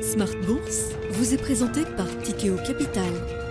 Smart Bourse vous est présenté par Tikeo Capital.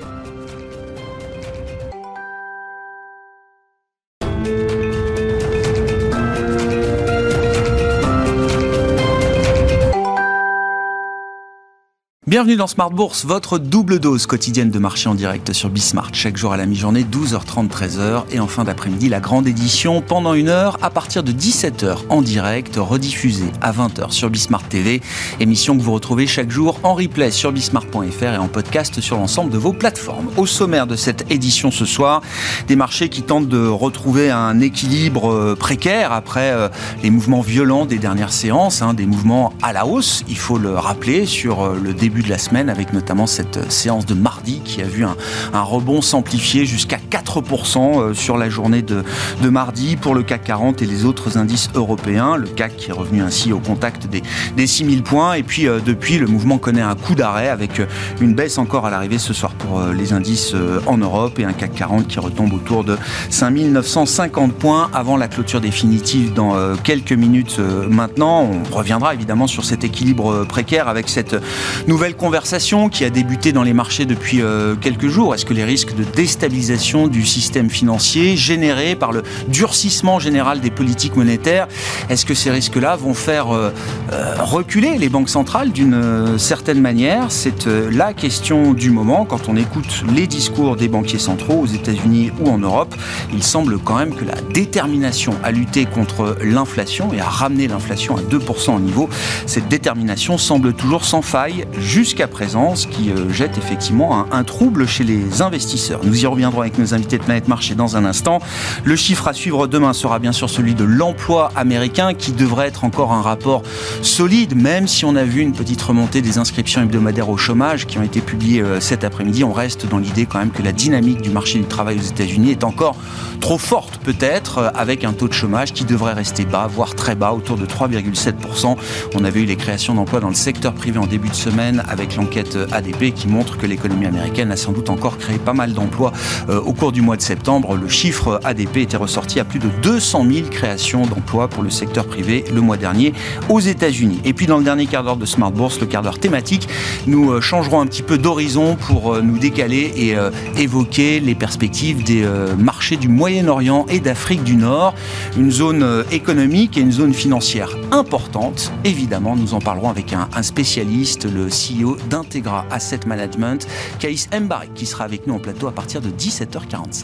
Bienvenue dans Smart Bourse, votre double dose quotidienne de marché en direct sur Bismart. Chaque jour à la mi-journée, 12h30, 13h. Et en fin d'après-midi, la grande édition pendant une heure à partir de 17h en direct, rediffusée à 20h sur Bismart TV. Émission que vous retrouvez chaque jour en replay sur bismart.fr et en podcast sur l'ensemble de vos plateformes. Au sommaire de cette édition ce soir, des marchés qui tentent de retrouver un équilibre précaire après les mouvements violents des dernières séances, des mouvements à la hausse, il faut le rappeler, sur le début de la semaine, avec notamment cette séance de mardi qui a vu un rebond s'amplifier jusqu'à 4% sur la journée de mardi pour le CAC 40 et les autres indices européens. Le CAC qui est revenu ainsi au contact des 6000 points. Et puis depuis, le mouvement connaît un coup d'arrêt avec une baisse encore à l'arrivée ce soir pour les indices en Europe et un CAC 40 qui retombe autour de 5950 points avant la clôture définitive dans quelques minutes maintenant. On reviendra évidemment sur cet équilibre précaire avec cette nouvelle conversation qui a débuté dans les marchés depuis quelques jours. Est-ce que les risques de déstabilisation du système financier générés par le durcissement général des politiques monétaires, est-ce que ces risques-là vont faire reculer les banques centrales d'une certaine manière? C'est la question du moment. Quand on écoute les discours des banquiers centraux aux États-Unis ou en Europe, il semble quand même que la détermination à lutter contre l'inflation et à ramener l'inflation à 2% au niveau, cette détermination semble toujours sans faille jusqu'à présent, ce qui jette effectivement un trouble chez les investisseurs. Nous y reviendrons avec nos invités de Planète Marché dans un instant. Le chiffre à suivre demain sera bien sûr celui de l'emploi américain qui devrait être encore un rapport solide, même si on a vu une petite remontée des inscriptions hebdomadaires au chômage qui ont été publiées cet après-midi. On reste dans l'idée quand même que la dynamique du marché du travail aux États-Unis est encore trop forte peut-être, avec un taux de chômage qui devrait rester bas, voire très bas, autour de 3,7%. On avait eu les créations d'emplois dans le secteur privé en début de semaine avec l'enquête ADP qui montre que l'économie américaine a sans doute encore créé pas mal d'emplois au cours du mois de septembre. Le chiffre ADP était ressorti à plus de 200 000 créations d'emplois pour le secteur privé le mois dernier aux États-Unis. Et puis dans le dernier quart d'heure de Smart Bourse, le quart d'heure thématique, nous changerons un petit peu d'horizon pour nous décaler et évoquer les perspectives des marchés du Moyen-Orient et d'Afrique du Nord. Une zone économique et une zone financière importante. Évidemment, nous en parlerons avec un spécialiste, le CEO d'Integra Asset Management, Kaïs Mbari, qui sera avec nous en plateau à partir de 17h45.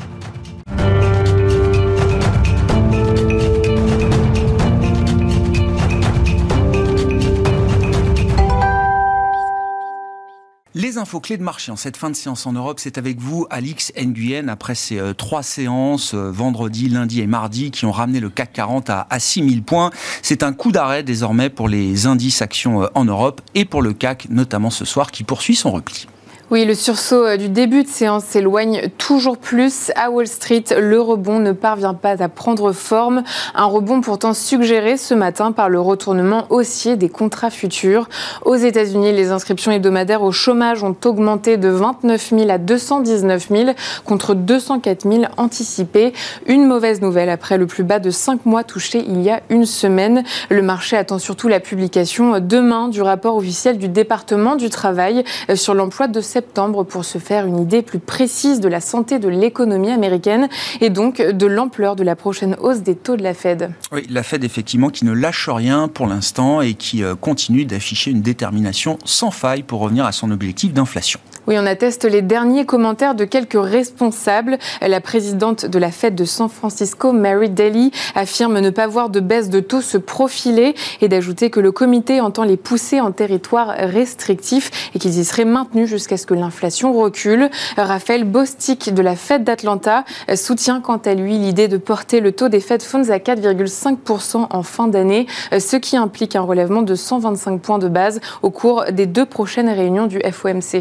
Les infos clés de marché en cette fin de séance en Europe, c'est avec vous, Alix Nguyen, après ces 3 séances, vendredi, lundi et mardi, qui ont ramené le CAC 40 à 6000 points. C'est un coup d'arrêt désormais pour les indices actions en Europe et pour le CAC, notamment ce soir, qui poursuit son repli. Oui, le sursaut du début de séance s'éloigne toujours plus. À Wall Street, le rebond ne parvient pas à prendre forme. Un rebond pourtant suggéré ce matin par le retournement haussier des contrats futurs. Aux États-Unis, les inscriptions hebdomadaires au chômage ont augmenté de 29 000 à 219 000 contre 204 000 anticipés. Une mauvaise nouvelle après le plus bas de 5 mois touché il y a une semaine. Le marché attend surtout la publication demain du rapport officiel du département du travail sur l'emploi de septembre pour se faire une idée plus précise de la santé de l'économie américaine et donc de l'ampleur de la prochaine hausse des taux de la Fed. Oui, la Fed effectivement qui ne lâche rien pour l'instant et qui continue d'afficher une détermination sans faille pour revenir à son objectif d'inflation. Oui, on atteste les derniers commentaires de quelques responsables. La présidente de la Fed de San Francisco, Mary Daly, affirme ne pas voir de baisse de taux se profiler et d'ajouter que le comité entend les pousser en territoire restrictif et qu'ils y seraient maintenus jusqu'à ce que l'inflation recule. Raphaël Bostic de la Fed d'Atlanta soutient quant à lui l'idée de porter le taux des Fed Funds à 4,5% en fin d'année, ce qui implique un relèvement de 125 points de base au cours des 2 prochaines réunions du FOMC.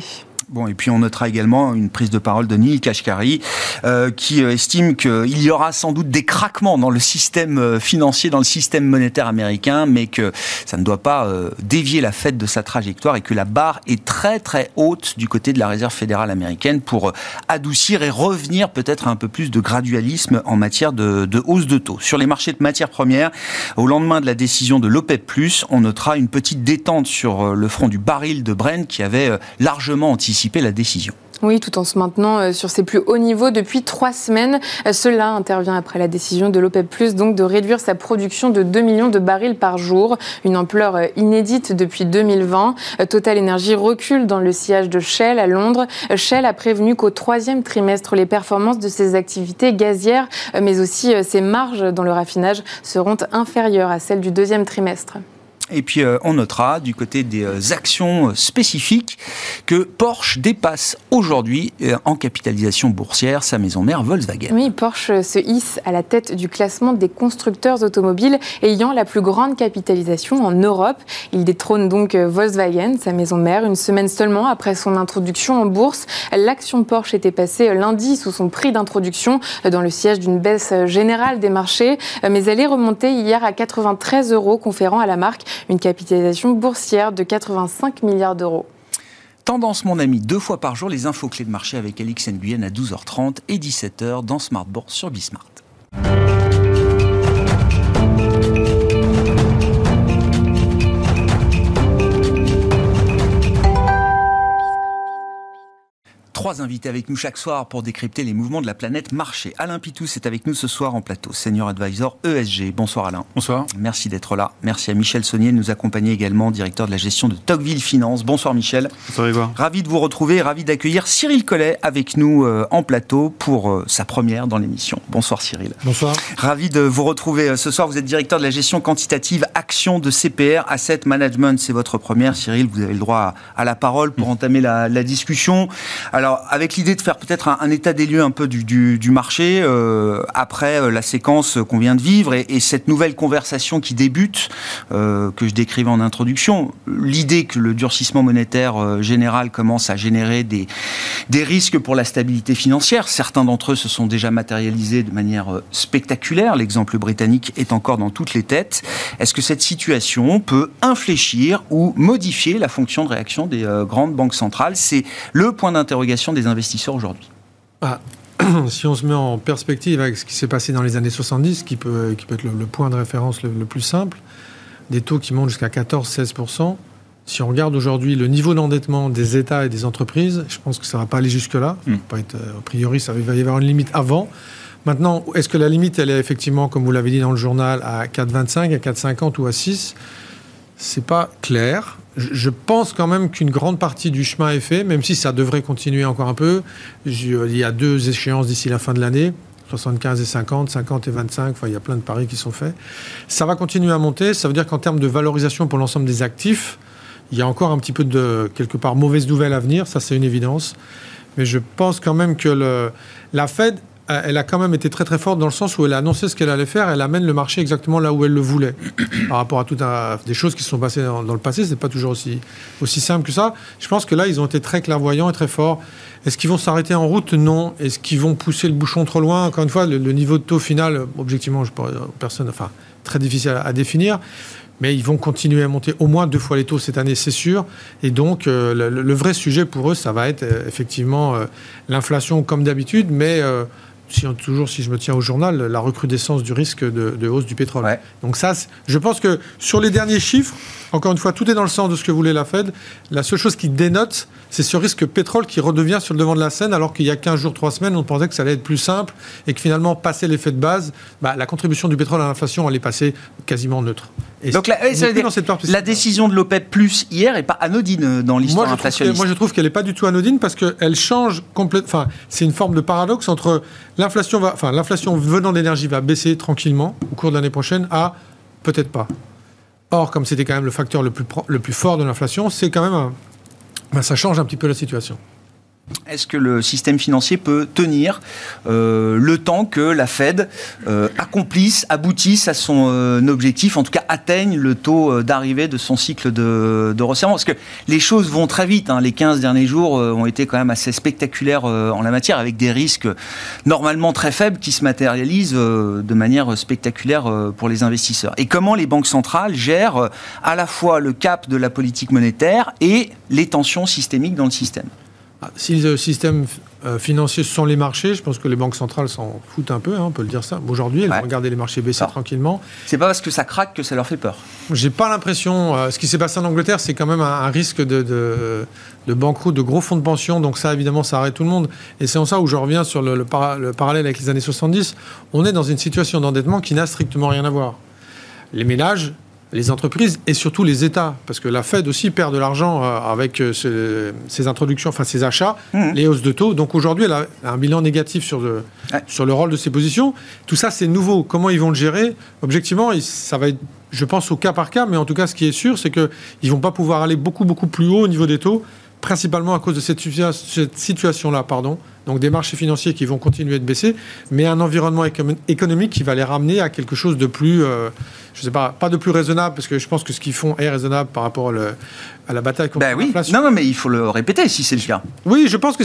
Bon, et puis on notera également une prise de parole de Neel Kashkari qui estime qu'il y aura sans doute des craquements dans le système financier, dans le système monétaire américain, mais que ça ne doit pas dévier la Fed de sa trajectoire et que la barre est très très haute du côté de la Réserve fédérale américaine pour adoucir et revenir peut-être à un peu plus de gradualisme en matière de hausse de taux. Sur les marchés de matières premières, au lendemain de la décision de l'OPEP+, on notera une petite détente sur le front du baril de Brent qui avait largement anticipé la décision. Oui, tout en se maintenant sur ses plus hauts niveaux depuis 3 semaines. Cela intervient après la décision de l'OPEP+, donc de réduire sa production de 2 millions de barils par jour, une ampleur inédite depuis 2020. Total Energy recule dans le sillage de Shell à Londres. Shell a prévenu qu'au 3e trimestre, les performances de ses activités gazières, mais aussi ses marges dans le raffinage, seront inférieures à celles du 2e trimestre. Et puis on notera du côté des actions spécifiques que Porsche dépasse aujourd'hui en capitalisation boursière sa maison mère Volkswagen. Oui, Porsche se hisse à la tête du classement des constructeurs automobiles ayant la plus grande capitalisation en Europe. Il détrône donc Volkswagen, sa maison mère, une semaine seulement après son introduction en bourse. L'action Porsche était passée lundi sous son prix d'introduction dans le siège d'une baisse générale des marchés, mais elle est remontée hier à 93 €, conférant à la marque une capitalisation boursière de 85 milliards d'euros. Tendance, mon ami, 2 fois par jour, les infos clés de marché avec Alix Nguyen à 12h30 et 17h dans Smart Bourse sur Bismart. Trois invités avec nous chaque soir pour décrypter les mouvements de la planète marché. Alain Pitous est avec nous ce soir en plateau, Senior Advisor ESG. Bonsoir Alain. Bonsoir. Merci d'être là. Merci à Michel Saunier de nous accompagner également, directeur de la gestion de Tocqueville Finance. Bonsoir Michel. Bonsoir Grégoire. Ravi de vous retrouver, ravi d'accueillir Cyril Collet avec nous en plateau pour sa première dans l'émission. Bonsoir Cyril. Bonsoir. Ravi de vous retrouver ce soir. Vous êtes directeur de la gestion quantitative Action de CPR Asset Management. C'est votre première. Cyril, vous avez le droit à la parole pour entamer la discussion. Alors, avec l'idée de faire peut-être un état des lieux un peu du marché après la séquence qu'on vient de vivre et cette nouvelle conversation qui débute, que je décrivais en introduction, l'idée que le durcissement monétaire général commence à générer des risques pour la stabilité financière. Certains d'entre eux se sont déjà matérialisés de manière spectaculaire. L'exemple britannique est encore dans toutes les têtes. Est-ce que cette situation peut infléchir ou modifier la fonction de réaction des grandes banques centrales ? C'est le point d'interrogation des investisseurs aujourd'hui. Si on se met en perspective avec ce qui s'est passé dans les années 70, qui peut être le point de référence le plus simple, des taux qui montent jusqu'à 14-16%, si on regarde aujourd'hui le niveau d'endettement des États et des entreprises, je pense que ça ne va pas aller jusque-là. A priori, il va y avoir une limite avant. Maintenant, est-ce que la limite, elle est effectivement, comme vous l'avez dit dans le journal, à 4,25, à 4,50 ou à 6 ? C'est pas clair. Je pense quand même qu'une grande partie du chemin est fait, même si ça devrait continuer encore un peu. Il y a 2 échéances d'ici la fin de l'année, 75 et 50, 50 et 25, il y a plein de paris qui sont faits. Ça va continuer à monter, ça veut dire qu'en termes de valorisation pour l'ensemble des actifs, il y a encore un petit peu de, quelque part, mauvaise nouvelle à venir, ça c'est une évidence. Mais je pense quand même que la Fed, elle a quand même été très très forte dans le sens où elle a annoncé ce qu'elle allait faire, elle amène le marché exactement là où elle le voulait. Par rapport à des choses qui se sont passées dans le passé, c'est pas toujours aussi simple que ça. Je pense que là, ils ont été très clairvoyants et très forts. Est-ce qu'ils vont s'arrêter en route ? Non. Est-ce qu'ils vont pousser le bouchon trop loin ? Encore une fois, le niveau de taux final, objectivement, très difficile à définir. Mais ils vont continuer à monter au moins 2 fois les taux cette année, c'est sûr. Et donc, le vrai sujet pour eux, ça va être effectivement l'inflation comme d'habitude, mais si je me tiens au journal, la recrudescence du risque de hausse du pétrole. Ouais. Donc ça, je pense que sur les derniers chiffres, encore une fois, tout est dans le sens de ce que voulait la Fed. La seule chose qui dénote, c'est ce risque pétrole qui redevient sur le devant de la scène, alors qu'il y a 15 jours, 3 semaines, on pensait que ça allait être plus simple et que finalement, passer l'effet de base, la contribution du pétrole à l'inflation, elle est passée quasiment neutre. Et donc la décision de l'OPEP+ hier n'est pas anodine dans l'histoire inflationniste. Moi, je trouve qu'elle n'est pas du tout anodine parce qu'elle change complètement. C'est une forme de paradoxe entre l'inflation venant d'énergie va baisser tranquillement au cours de l'année prochaine à peut-être pas. Or, comme c'était quand même le facteur le plus fort de l'inflation, c'est quand même ça change un petit peu la situation. Est-ce que le système financier peut tenir le temps que la Fed aboutisse à son objectif, en tout cas atteigne le taux d'arrivée de son cycle de resserrement? Parce que les choses vont très vite. Les 15 derniers jours ont été quand même assez spectaculaires en la matière, avec des risques normalement très faibles qui se matérialisent de manière spectaculaire pour les investisseurs. Et comment les banques centrales gèrent à la fois le cap de la politique monétaire et les tensions systémiques dans le système? Si le système financier, ce sont les marchés, je pense que les banques centrales s'en foutent un peu, on peut le dire ça. Aujourd'hui, elles vont regarder les marchés baisser tranquillement. C'est pas parce que ça craque que ça leur fait peur. J'ai pas l'impression. Ce qui s'est passé en Angleterre, c'est quand même un risque de banqueroute de gros fonds de pension. Donc ça, évidemment, ça arrête tout le monde. Et c'est en ça où je reviens sur le parallèle avec les années 70. On est dans une situation d'endettement qui n'a strictement rien à voir. Les ménages, les entreprises et surtout les États, parce que la Fed aussi perd de l'argent avec ses introductions, enfin ses achats, les hausses de taux. Donc aujourd'hui, elle a un bilan négatif sur le rôle de ses positions. Tout ça, c'est nouveau. Comment ils vont le gérer? Objectivement, ça va être, je pense, au cas par cas, mais en tout cas, ce qui est sûr, c'est qu'ils ne vont pas pouvoir aller beaucoup plus haut au niveau des taux, principalement à cause de cette situation-là, Donc des marchés financiers qui vont continuer de baisser, mais un environnement économique qui va les ramener à quelque chose de plus, je sais pas de plus raisonnable, parce que je pense que ce qu'ils font est raisonnable par rapport à la bataille contre l'inflation. Non, mais il faut le répéter si c'est le cas. Oui, je pense que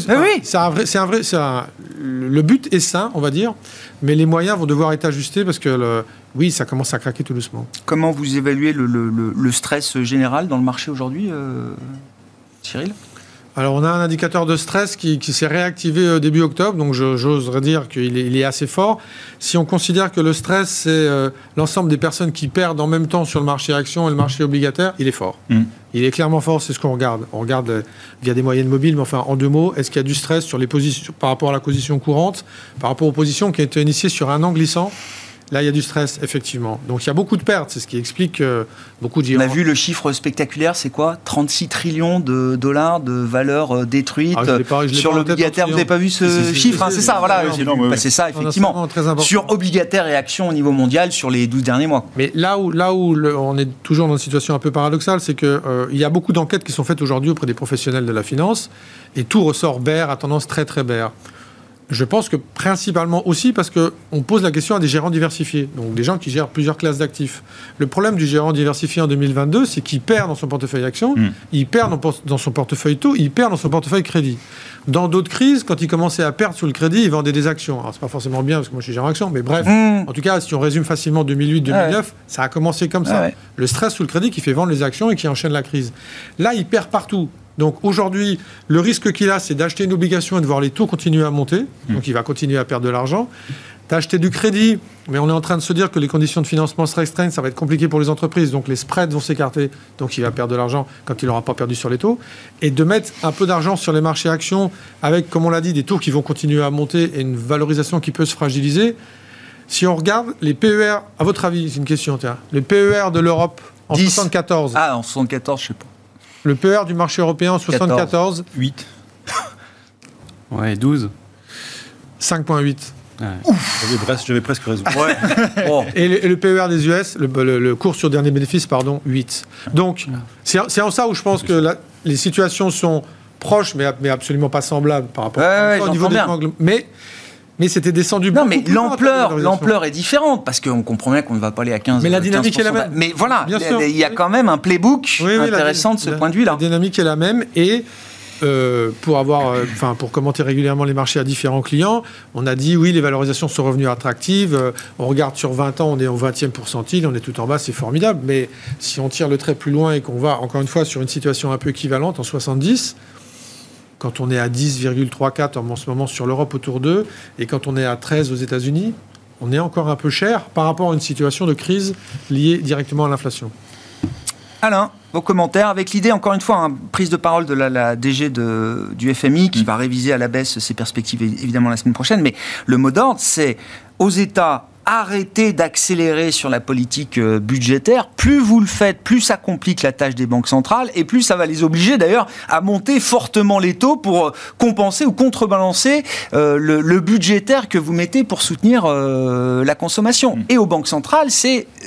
le but est sain, on va dire, mais les moyens vont devoir être ajustés parce que ça commence à craquer tout doucement. Comment vous évaluez le stress général dans le marché aujourd'hui, Cyril? Alors, on a un indicateur de stress qui s'est réactivé début octobre, donc j'oserais dire qu'il est assez fort. Si on considère que le stress, c'est l'ensemble des personnes qui perdent en même temps sur le marché action et le marché obligataire, il est fort. Il est clairement fort, c'est ce qu'on regarde. On regarde via des moyennes mobiles, mais enfin, en deux mots, est-ce qu'il y a du stress sur les positions, par rapport à la position courante, par rapport aux positions qui ont été initiées sur un an glissant? Là, il y a du stress, effectivement. Donc, il y a beaucoup de pertes. C'est ce qui explique beaucoup de... On a vu le chiffre spectaculaire, c'est quoi? 36 trillions de dollars de valeur détruite sur l'obligataire. Vous n'avez pas vu ce chiffre? C'est ça, voilà. C'est ça, effectivement. Sur obligataire et actions au niveau mondial sur les 12 derniers mois. Mais là où on est toujours dans une situation un peu paradoxale, c'est qu'il y a beaucoup d'enquêtes qui sont faites aujourd'hui auprès des professionnels de la finance et tout ressort bear, à tendance très, très bear. Je pense que principalement aussi parce qu'on pose la question à des gérants diversifiés, donc des gens qui gèrent plusieurs classes d'actifs. Le problème du gérant diversifié en 2022, c'est qu'il perd dans son portefeuille actions, il perd dans son portefeuille taux, il perd dans son portefeuille crédit. Dans d'autres crises, quand il commençait à perdre sur le crédit, il vendait des actions. Alors, c'est pas forcément bien parce que moi je suis gérant actions, mais bref, en tout cas, si on résume facilement 2008-2009, ça a commencé comme ça. Le stress sous le crédit qui fait vendre les actions et qui enchaîne la crise. Là, il perd partout. Donc aujourd'hui, le risque qu'il a, c'est d'acheter une obligation et de voir les taux continuer à monter. Donc il va continuer à perdre de l'argent. Tu as acheté du crédit, mais on est en train de se dire que les conditions de financement se restreignent, ça va être compliqué pour les entreprises. Donc les spreads vont s'écarter, donc il va perdre de l'argent quand il n'aura pas perdu sur les taux. Et de mettre un peu d'argent sur les marchés actions avec, comme on l'a dit, des taux qui vont continuer à monter et une valorisation qui peut se fragiliser. Si on regarde les PER, à votre avis, c'est une question, les PER de l'Europe en 74. Ah, en 74, je sais pas. Le PER du marché européen en 74. 8. Ouais, 12. 5,8. Ouais. J'avais presque raison. Ouais. Et le PER des US, le cours sur dernier bénéfice, 8. Donc, c'est en ça où je pense que les situations sont proches, mais absolument pas semblables par rapport au niveau des angles. Mais c'était descendu beaucoup. Non, mais l'ampleur est différente, parce qu'on comprend bien qu'on ne va pas aller à 15%. Mais la dynamique est la même. Mais voilà, il y a quand même un playbook intéressant de ce point de vue-là. La dynamique est la même, et pour commenter régulièrement les marchés à différents clients, on a dit oui, les valorisations sont revenues attractives, on regarde sur 20 ans, on est au 20e pourcentile, on est tout en bas, c'est formidable, mais si on tire le trait plus loin et qu'on va, encore une fois, sur une situation un peu équivalente, en 70... Quand on est à 10,34 en ce moment sur l'Europe autour d'eux, et quand on est à 13 aux États-Unis, on est encore un peu cher par rapport à une situation de crise liée directement à l'inflation. Alain, vos commentaires, avec l'idée, encore une fois, prise de parole de la DG du FMI qui va réviser à la baisse ses perspectives évidemment la semaine prochaine, mais le mot d'ordre, c'est aux États, arrêtez d'accélérer sur la politique budgétaire. Plus vous le faites, plus ça complique la tâche des banques centrales et plus ça va les obliger d'ailleurs à monter fortement les taux pour compenser ou contrebalancer le budgétaire que vous mettez pour soutenir la consommation. Et aux banques centrales, c'est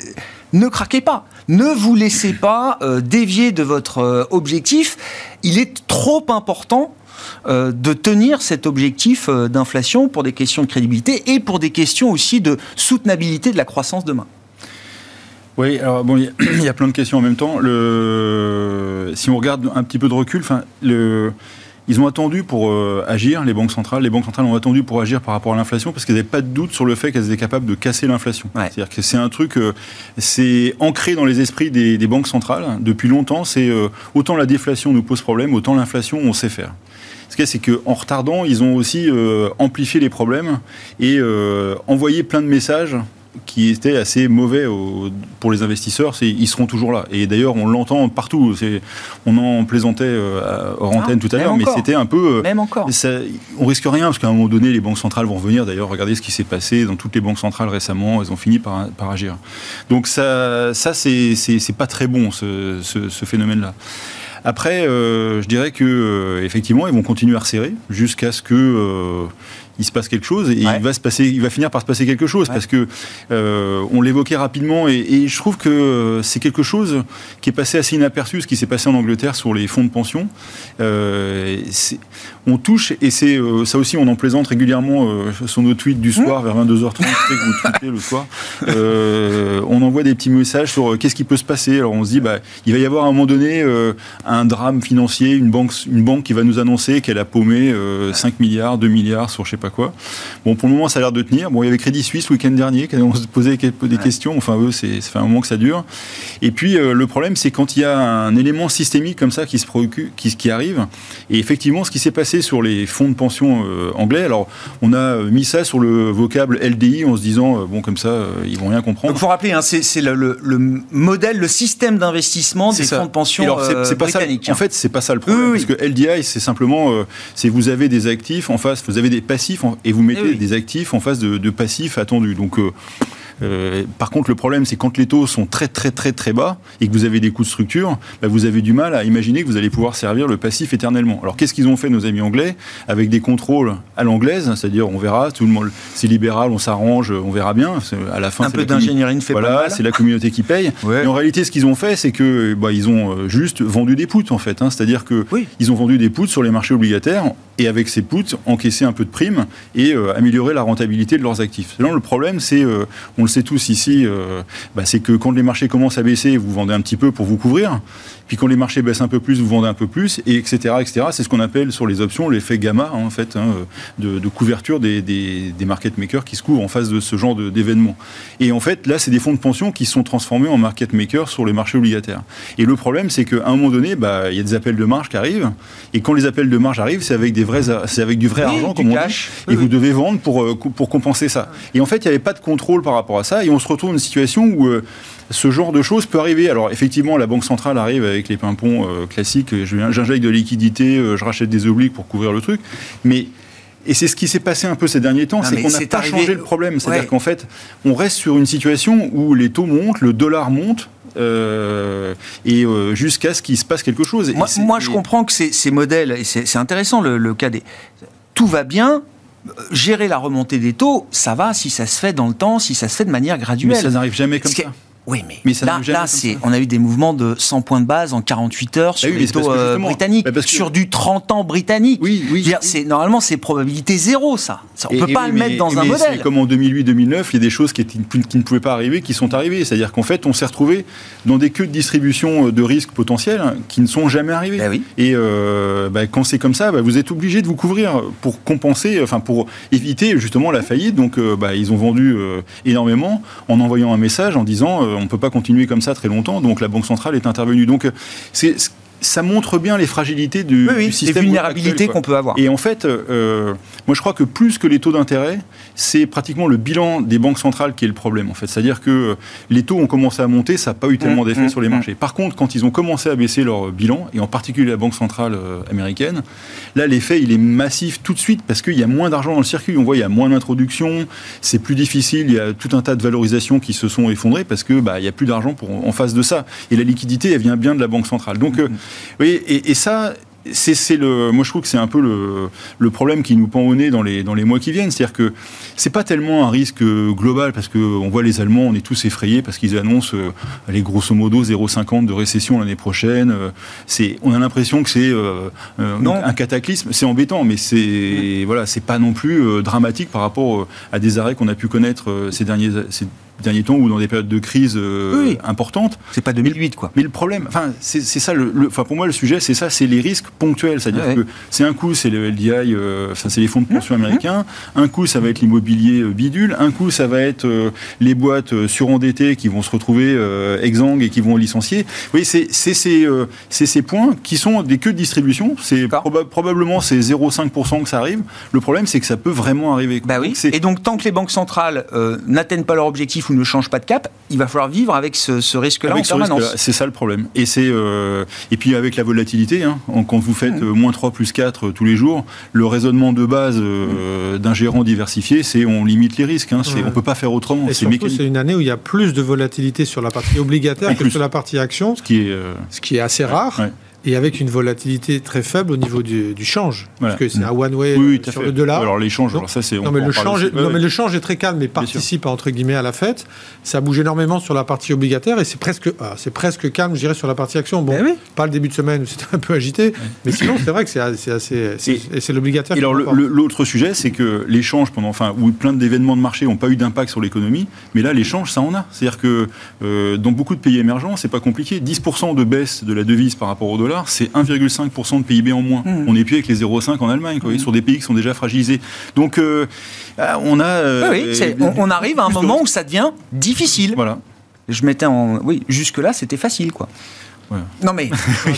ne craquez pas. Ne vous laissez pas dévier de votre objectif. Il est trop important de tenir cet objectif d'inflation pour des questions de crédibilité et pour des questions aussi de soutenabilité de la croissance demain. Oui, alors bon, il y a plein de questions en même temps. Si on regarde un petit peu de recul, ils ont attendu pour agir, les banques centrales. Les banques centrales ont attendu pour agir par rapport à l'inflation parce qu'elles n'avaient pas de doute sur le fait qu'elles étaient capables de casser l'inflation. Ouais. C'est-à-dire que c'est un truc, c'est ancré dans les esprits des banques centrales depuis longtemps. C'est autant la déflation nous pose problème, autant l'inflation on sait faire. Ce qu'il y a, c'est qu'en retardant, ils ont aussi amplifié les problèmes et envoyé plein de messages qui étaient assez mauvais pour les investisseurs. Ils seront toujours là. Et d'ailleurs, on l'entend partout. On en plaisantait hors antenne tout à l'heure, mais c'était un peu... Même encore. On risque rien, parce qu'à un moment donné, les banques centrales vont revenir. D'ailleurs, regardez ce qui s'est passé dans toutes les banques centrales récemment. Elles ont fini par agir. Donc ça c'est pas très bon, ce phénomène-là. Après, je dirais que effectivement, ils vont continuer à resserrer jusqu'à ce que il se passe quelque chose et il va finir par se passer quelque chose parce que on l'évoquait rapidement et je trouve que c'est quelque chose qui est passé assez inaperçu, ce qui s'est passé en Angleterre sur les fonds de pension. On touche et c'est ça aussi, on en plaisante régulièrement sur nos tweets du soir vers 22h30, que vous tweetez le soir. On envoie des petits messages sur qu'est-ce qui peut se passer. Alors on se dit il va y avoir à un moment donné un drame financier, une banque qui va nous annoncer qu'elle a paumé 5 milliards, 2 milliards sur je sais pas quoi. Bon, pour le moment, ça a l'air de tenir. Bon, il y avait Crédit Suisse le week-end dernier qui ont posé des questions. Enfin, eux, ça fait un moment que ça dure. Et puis, le problème, c'est quand il y a un élément systémique comme ça qui arrive. Et effectivement, ce qui s'est passé sur les fonds de pension anglais, alors, on a mis ça sur le vocable LDI en se disant, bon, comme ça, ils vont rien comprendre. Donc, il faut rappeler, c'est le modèle, le système d'investissement des fonds de pension britanniques. En fait, c'est pas ça le problème. Parce que LDI, c'est simplement, vous avez des actifs en face, vous avez des passifs et vous mettez des actifs en face de passifs attendus. Donc, par contre, le problème, c'est quand les taux sont très, très, très, très bas et que vous avez des coûts de structure, vous avez du mal à imaginer que vous allez pouvoir servir le passif éternellement. Alors, qu'est-ce qu'ils ont fait, nos amis anglais, avec des contrôles à l'anglaise, c'est-à-dire, on verra, tout le monde, c'est libéral, on s'arrange, on verra bien. À la fin, un peu d'ingénierie ne fait pas mal. C'est la communauté qui paye. Ouais. Et en réalité, ce qu'ils ont fait, c'est que ils ont juste vendu des puts, en fait. C'est-à-dire que ils ont vendu des puts sur les marchés obligataires et avec ces puts, encaisser un peu de primes et améliorer la rentabilité de leurs actifs. Là, le problème, c'est, on le sait tous ici, c'est que quand les marchés commencent à baisser, vous vendez un petit peu pour vous couvrir. Puis quand les marchés baissent un peu plus, vous vendez un peu plus, et etc., etc. C'est ce qu'on appelle sur les options l'effet gamma, en fait, de couverture des market makers qui se couvrent en face de ce genre d'événements. Et en fait, là, c'est des fonds de pension qui sont transformés en market makers sur les marchés obligataires. Et le problème, c'est qu'à un moment donné, il y a des appels de marge qui arrivent, et quand les appels de marge arrivent, c'est avec du vrai argent, comme on dit, et vous devez vendre pour compenser ça. Et en fait, il n'y avait pas de contrôle par rapport à ça, et on se retrouve dans une situation où ce genre de choses peut arriver. Alors effectivement, la Banque centrale arrive avec les pimpons classiques, j'injecte de liquidité, je rachète des obliques pour couvrir le truc, et c'est ce qui s'est passé un peu ces derniers temps, c'est qu'on n'a pas changé le problème. C'est-à-dire qu'en fait, on reste sur une situation où les taux montent, le dollar monte, jusqu'à ce qu'il se passe quelque chose. Moi, je comprends que ces modèles, et c'est intéressant le cas des... Tout va bien. Gérer la remontée des taux, ça va si ça se fait dans le temps, si ça se fait de manière graduelle. Mais ça n'arrive jamais comme ça. Oui, mais là on a eu des mouvements de 100 points de base en 48 heures sur les taux britanniques, sur du 30 ans britannique. Normalement, c'est probabilité zéro, ça. On ne peut pas le mettre dans un modèle. Comme en 2008-2009, il y a des choses qui ne pouvaient pas arriver, qui sont arrivées. C'est-à-dire qu'en fait, on s'est retrouvé dans des queues de distribution de risques potentiels qui ne sont jamais arrivés. Et quand c'est comme ça, vous êtes obligé de vous couvrir pour compenser, pour éviter justement la faillite. Donc, ils ont vendu énormément en envoyant un message en disant on ne peut pas continuer comme ça très longtemps, donc la Banque centrale est intervenue. Donc ça montre bien les fragilités du système. Les vulnérabilités qu'on peut avoir. Et en fait, moi je crois que plus que les taux d'intérêt, c'est pratiquement le bilan des banques centrales qui est le problème. En fait. C'est-à-dire que les taux ont commencé à monter, ça n'a pas eu tellement d'effet sur les marchés. Par contre, quand ils ont commencé à baisser leur bilan, et en particulier la Banque centrale américaine, là l'effet il est massif tout de suite parce qu'il y a moins d'argent dans le circuit. On voit il y a moins d'introduction, c'est plus difficile, il y a tout un tas de valorisations qui se sont effondrées parce que il n'y a plus d'argent en face de ça. Et la liquidité, elle vient bien de la Banque centrale. Donc, et ça, moi je trouve que c'est un peu le problème qui nous pend au nez dans les mois qui viennent. C'est-à-dire que c'est pas tellement un risque global, parce qu'on voit les Allemands, on est tous effrayés parce qu'ils annoncent grosso modo 0,50 de récession l'année prochaine. On a l'impression que c'est un cataclysme. C'est embêtant, mais c'est pas non plus dramatique par rapport à des arrêts qu'on a pu connaître ces derniers temps ou dans des périodes de crise importantes. C'est pas 2008, quoi. Mais le problème, c'est ça, pour moi, le sujet, c'est ça, c'est les risques ponctuels. C'est-à-dire que c'est un coup, c'est le LDI, c'est les fonds de pension américains. Un coup, ça va être l'immobilier bidule. Un coup, ça va être les boîtes surendettées qui vont se retrouver exsangues et qui vont licencier. Oui, c'est ces points qui sont des queues de distribution. C'est probablement c'est 0,5% que ça arrive. Le problème, c'est que ça peut vraiment arriver. Bah oui. Et donc, tant que les banques centrales n'atteignent pas leur objectif ou ne change pas de cap, il va falloir vivre avec ce risque-là en permanence. C'est ça le problème. Et puis avec la volatilité, quand vous faites moins 3 plus 4 tous les jours, le raisonnement de base d'un gérant diversifié, c'est on limite les risques. On ne peut pas faire autrement. Et surtout, c'est une année où il y a plus de volatilité sur la partie obligataire que sur la partie action, ce qui est assez rare. Ouais. Et avec une volatilité très faible au niveau du change, parce que c'est un one-way sur le dollar. Alors l'échange, le change est très calme, mais participe entre guillemets à la fête. Ça bouge énormément sur la partie obligataire et c'est presque calme, je dirais, sur la partie action. Bon, pas le début de semaine où c'était un peu agité, mais sinon c'est vrai que c'est assez. C'est l'obligataire. Et alors l'autre sujet, c'est que l'échange où plein d'événements de marché n'ont pas eu d'impact sur l'économie, mais là l'échange, ça en a. C'est-à-dire que dans beaucoup de pays émergents, c'est pas compliqué. 10% de baisse de la devise par rapport au dollar, c'est 1,5% de PIB en moins. On n'est plus avec les 0,5 en Allemagne, sur des pays qui sont déjà fragilisés. Donc, on a... on arrive à un moment où ça devient difficile. Voilà. Jusque-là, c'était facile, quoi. Voilà. Non mais...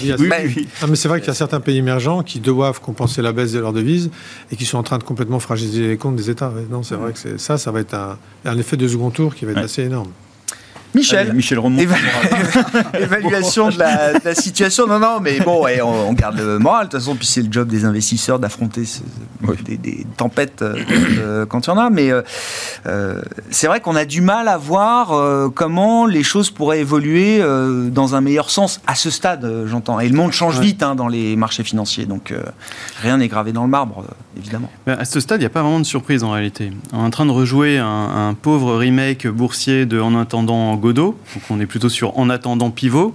mais c'est vrai qu'il y a certains pays émergents qui doivent compenser la baisse de leur devise et qui sont en train de complètement fragiliser les comptes des États. Non, c'est vrai que ça va être un effet de second tour qui va être assez énorme. Michel remonte. Évaluation de la situation. Non, mais bon, on garde le moral. De toute façon, puis c'est le job des investisseurs d'affronter des tempêtes quand il y en a. Mais c'est vrai qu'on a du mal à voir comment les choses pourraient évoluer dans un meilleur sens à ce stade, j'entends. Et le monde change vite dans les marchés financiers. Donc rien n'est gravé dans le marbre, évidemment. À ce stade, il n'y a pas vraiment de surprise en réalité. On est en train de rejouer un pauvre remake boursier de En attendant Godot, donc on est plutôt sur En attendant Pivot.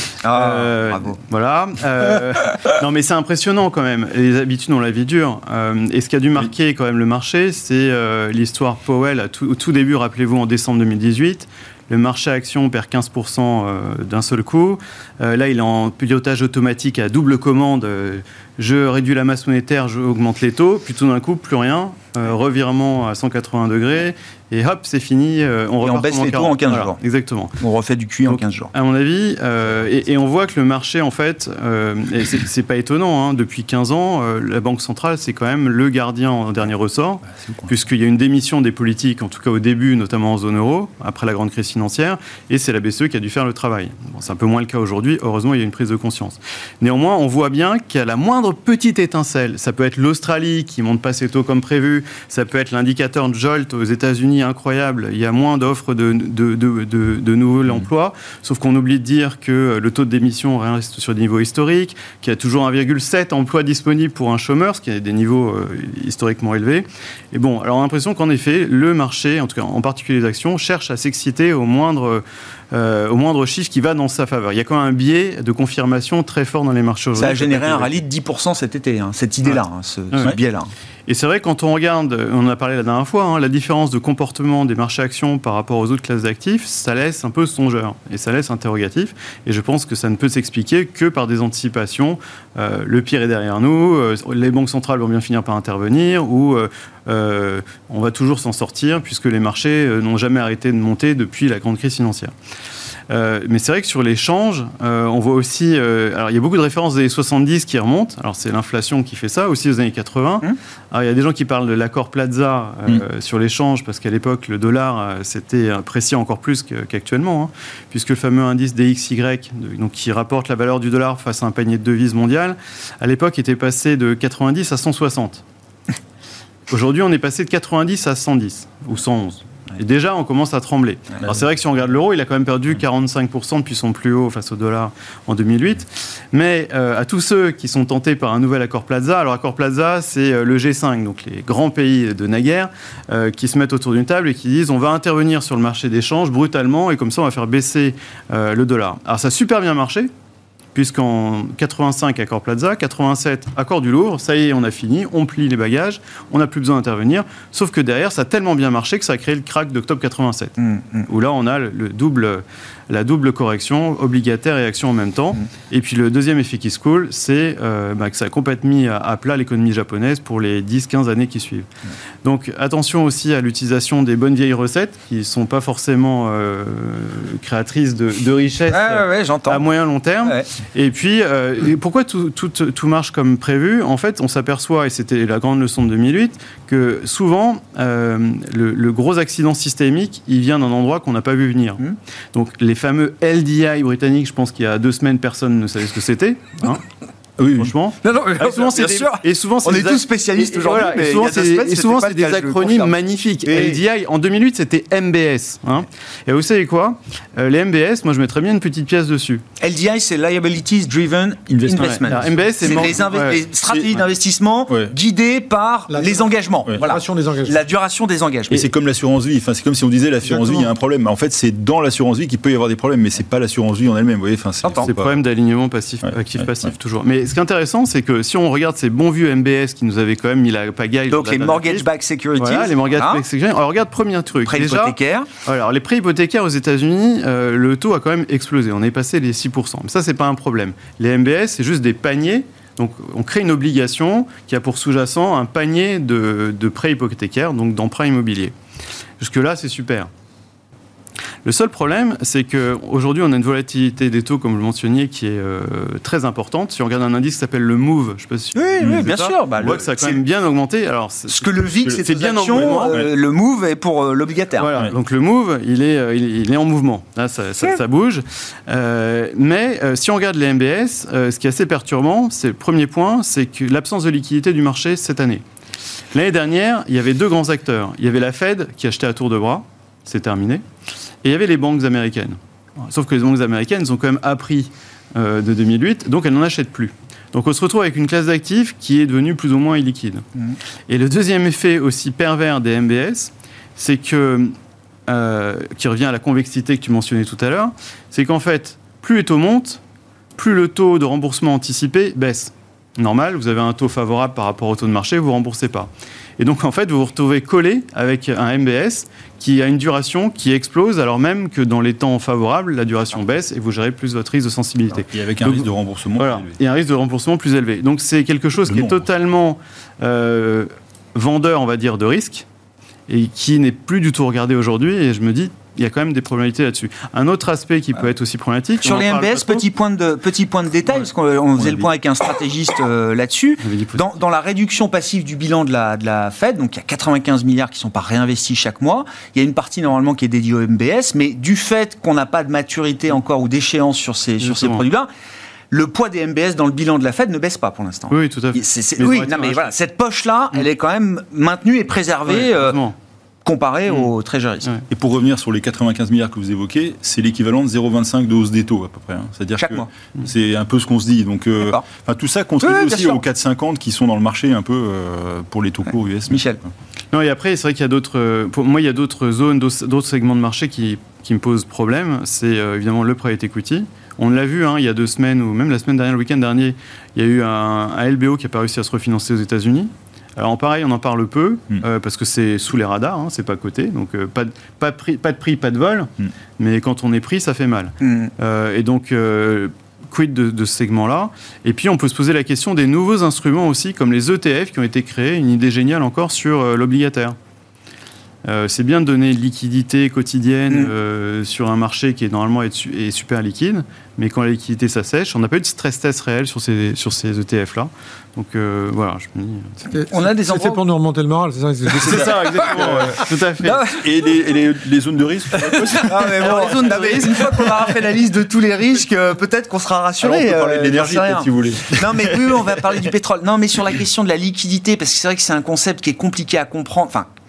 Bravo. Voilà. Non mais c'est impressionnant quand même. Les habitudes ont la vie dure. Et ce qui a dû marquer quand même le marché, c'est l'histoire Powell au tout début, rappelez-vous, en décembre 2018. Le marché action perd 15% d'un seul coup. Là, il est en pilotage automatique à double commande. Je réduis la masse monétaire, je augmente les taux. Puis tout d'un coup, plus rien. Revirement à 180 degrés. Et hop, c'est fini. On baisse les taux en 15 jours. Exactement. On refait du QE en 15 jours. À mon avis, et on voit que le marché, en fait, et c'est pas étonnant, depuis 15 ans, la Banque centrale, c'est quand même le gardien en dernier ressort, puisqu'il y a une démission des politiques, en tout cas au début, notamment en zone euro, après la grande crise financière, et c'est la BCE qui a dû faire le travail. Bon, c'est un peu moins le cas aujourd'hui. Heureusement, il y a une prise de conscience. Néanmoins, on voit bien qu'à la moindre petite étincelle, ça peut être l'Australie qui monte pas ses taux comme prévu, ça peut être l'indicateur de Jolt aux États-Unis incroyable, il y a moins d'offres de nouveaux emplois, sauf qu'on oublie de dire que le taux de démission reste sur des niveaux historiques, qu'il y a toujours 1,7 emplois disponibles pour un chômeur, ce qui est des niveaux historiquement élevés. Et bon, alors on a l'impression qu'en effet, le marché, en tout cas en particulier les actions, cherche à s'exciter au moindre chiffre qui va dans sa faveur. Il y a quand même un biais de confirmation très fort dans les marchés aujourd'hui. Ça a généré un rallye de 10% cet été, cette idée-là, ce biais-là. Et c'est vrai, quand on regarde, on en a parlé la dernière fois, la différence de comportement des marchés actions par rapport aux autres classes d'actifs, ça laisse un peu songeur et ça laisse interrogatif. Et je pense que ça ne peut s'expliquer que par des anticipations. Le pire est derrière nous, les banques centrales vont bien finir par intervenir, ou on va toujours s'en sortir puisque les marchés n'ont jamais arrêté de monter depuis la grande crise financière. Mais c'est vrai que sur les changes, on voit aussi... alors, il y a beaucoup de références des années 70 qui remontent. Alors, c'est l'inflation qui fait ça, aussi aux années 80. Alors, il y a des gens qui parlent de l'accord Plaza sur les changes, parce qu'à l'époque, le dollar s'était apprécié encore plus qu'actuellement, puisque le fameux indice DXY, donc, qui rapporte la valeur du dollar face à un panier de devises mondial, à l'époque, était passé de 90 à 160. Aujourd'hui, on est passé de 90 à 110, ou 111. Et déjà, on commence à trembler. Alors c'est vrai que si on regarde l'euro, il a quand même perdu 45% depuis son plus haut face au dollar en 2008. Mais à tous ceux qui sont tentés par un nouvel accord Plaza, alors accord Plaza, c'est le G5, donc les grands pays de naguère, qui se mettent autour d'une table et qui disent on va intervenir sur le marché d'échange brutalement et comme ça on va faire baisser le dollar. Alors ça a super bien marché, puisqu'en 85, accord Plaza, 87, accord du Louvre, ça y est, on a fini, on plie les bagages, on n'a plus besoin d'intervenir, sauf que derrière, ça a tellement bien marché que ça a créé le crack d'octobre 87, où là, on a la double correction, obligataire et action en même temps. Et puis le deuxième effet qui se coule, c'est que ça a complètement mis à plat l'économie japonaise pour les 10-15 années qui suivent. Donc attention aussi à l'utilisation des bonnes vieilles recettes, qui ne sont pas forcément créatrices de richesse à moyen long terme. Ouais. Et puis, pourquoi tout marche comme prévu ? En fait, on s'aperçoit, et c'était la grande leçon de 2008, que souvent, le gros accident systémique, il vient d'un endroit qu'on n'a pas vu venir. Donc, les fameux LDI britanniques, je pense qu'il y a 2 semaines, personne ne savait ce que c'était. Hein. Oui, franchement. Non, bien sûr. Et souvent, on est tous spécialistes aujourd'hui. Voilà, et souvent, c'est des acronymes magnifiques. LDI, en 2008, c'était MBS. Hein. Et vous savez quoi ? Les MBS, moi, je mettrais bien une petite pièce dessus. LDI, c'est Liabilities Driven Investment. Alors, MBS, c'est les stratégies d'investissement guidées par les engagements. Voilà. La duration des engagements. Et c'est comme l'assurance vie. Enfin, c'est comme si on disait l'assurance vie, il y a un problème. En fait, c'est dans l'assurance vie qu'il peut y avoir des problèmes, mais c'est pas l'assurance vie en elle-même. Vous voyez, c'est le problème d'alignement actif-passif toujours. Mais ce qui est intéressant, c'est que si on regarde ces bons vieux MBS qui nous avaient quand même mis la pagaille. Donc les mortgage-backed securities. Voilà, les mortgage-backed securities. Alors regarde, premier truc. Prêts hypothécaires. Alors les prêts hypothécaires aux États-Unis, le taux a quand même explosé. On est passé les 6%. Mais ça, c'est pas un problème. Les MBS, c'est juste des paniers. Donc on crée une obligation qui a pour sous-jacent un panier de prêts hypothécaires, donc d'emprunts immobiliers. Jusque-là, c'est super. Le seul problème, c'est qu'aujourd'hui, on a une volatilité des taux, comme vous le mentionniez, qui est très importante. Si on regarde un indice qui s'appelle le MOVE, je ne sais pas si... Oui, bien sûr. On voit que ça a quand même bien augmenté. Alors, ce que le VIX, c'est bien action, le MOVE est pour l'obligataire. Voilà, donc le MOVE, il est en mouvement. Là, ça bouge. Mais si on regarde les MBS, ce qui est assez perturbant, c'est le premier point, c'est que l'absence de liquidité du marché cette année. L'année dernière, il y avait 2 grands acteurs. Il y avait la Fed qui achetait à tour de bras, c'est terminé. Et il y avait les banques américaines. Sauf que les banques américaines ont quand même appris de 2008, donc elles n'en achètent plus. Donc on se retrouve avec une classe d'actifs qui est devenue plus ou moins illiquide. Et le deuxième effet aussi pervers des MBS, c'est que, qui revient à la convexité que tu mentionnais tout à l'heure, c'est qu'en fait, plus les taux montent, plus le taux de remboursement anticipé baisse. Normal, vous avez un taux favorable par rapport au taux de marché, vous ne remboursez pas. Et donc, en fait, vous vous retrouvez collé avec un MBS qui a une duration qui explose, alors même que dans les temps favorables, la duration baisse et vous gérez plus votre risque de sensibilité. Et avec un risque de remboursement plus élevé. Et un risque de remboursement plus élevé. Donc, c'est quelque chose qui est totalement vendeur, on va dire, de risque et qui n'est plus du tout regardé aujourd'hui. Et je me dis, il y a quand même des probabilités là-dessus. Un autre aspect qui peut être aussi problématique... Sur les MBS, petit point de détail, parce qu'on faisait le point avec un stratégiste là-dessus. Dans la réduction passive du bilan de la Fed, donc il y a 95 milliards qui ne sont pas réinvestis chaque mois, il y a une partie normalement qui est dédiée au MBS, mais du fait qu'on n'a pas de maturité encore ou d'échéance sur ces produits-là, le poids des MBS dans le bilan de la Fed ne baisse pas pour l'instant. Oui, tout à fait. Voilà, cette poche-là, elle est quand même maintenue et préservée... comparé aux treasuries. Et pour revenir sur les 95 milliards que vous évoquez, c'est l'équivalent de 0,25 de hausse des taux à peu près. C'est-à-dire chaque mois. C'est un peu ce qu'on se dit. Donc, tout ça contribue aussi aux 4,50 qui sont dans le marché un peu pour les taux courts US. Michel. Non, et après, c'est vrai qu'il y a d'autres... Pour moi, il y a d'autres zones, d'autres segments de marché qui me posent problème. C'est évidemment le private equity. On l'a vu il y a 2 semaines, ou même la semaine dernière, le week-end dernier, il y a eu un LBO qui n'a pas réussi à se refinancer aux États-Unis. Alors pareil, on en parle peu, parce que c'est sous les radars, c'est pas coté, donc pas de prix, pas de vol, mais quand on est pris, ça fait mal. Et donc, quid de ce segment-là ? Et puis on peut se poser la question des nouveaux instruments aussi, comme les ETF qui ont été créés, une idée géniale encore sur l'obligataire. C'est bien de donner liquidité quotidienne sur un marché qui est normalement est super liquide, mais quand la liquidité s'assèche, on n'a pas eu de stress test réel sur ces ETF-là. Donc voilà, je me dis... On a des endroits... C'était pour nous remonter le moral, c'est ça ? C'est ça, exactement. Tout à fait. Non, et les zones de risque les zones de risque, une fois qu'on aura fait la liste de tous les risques, peut-être qu'on sera rassuré. Alors on peut parler de l'énergie, peut-être, si vous voulez. Non, mais oui, on va parler du pétrole. Non, mais sur la question de la liquidité, parce que c'est vrai que c'est un concept qui est compliqué à comprendre. Enfin,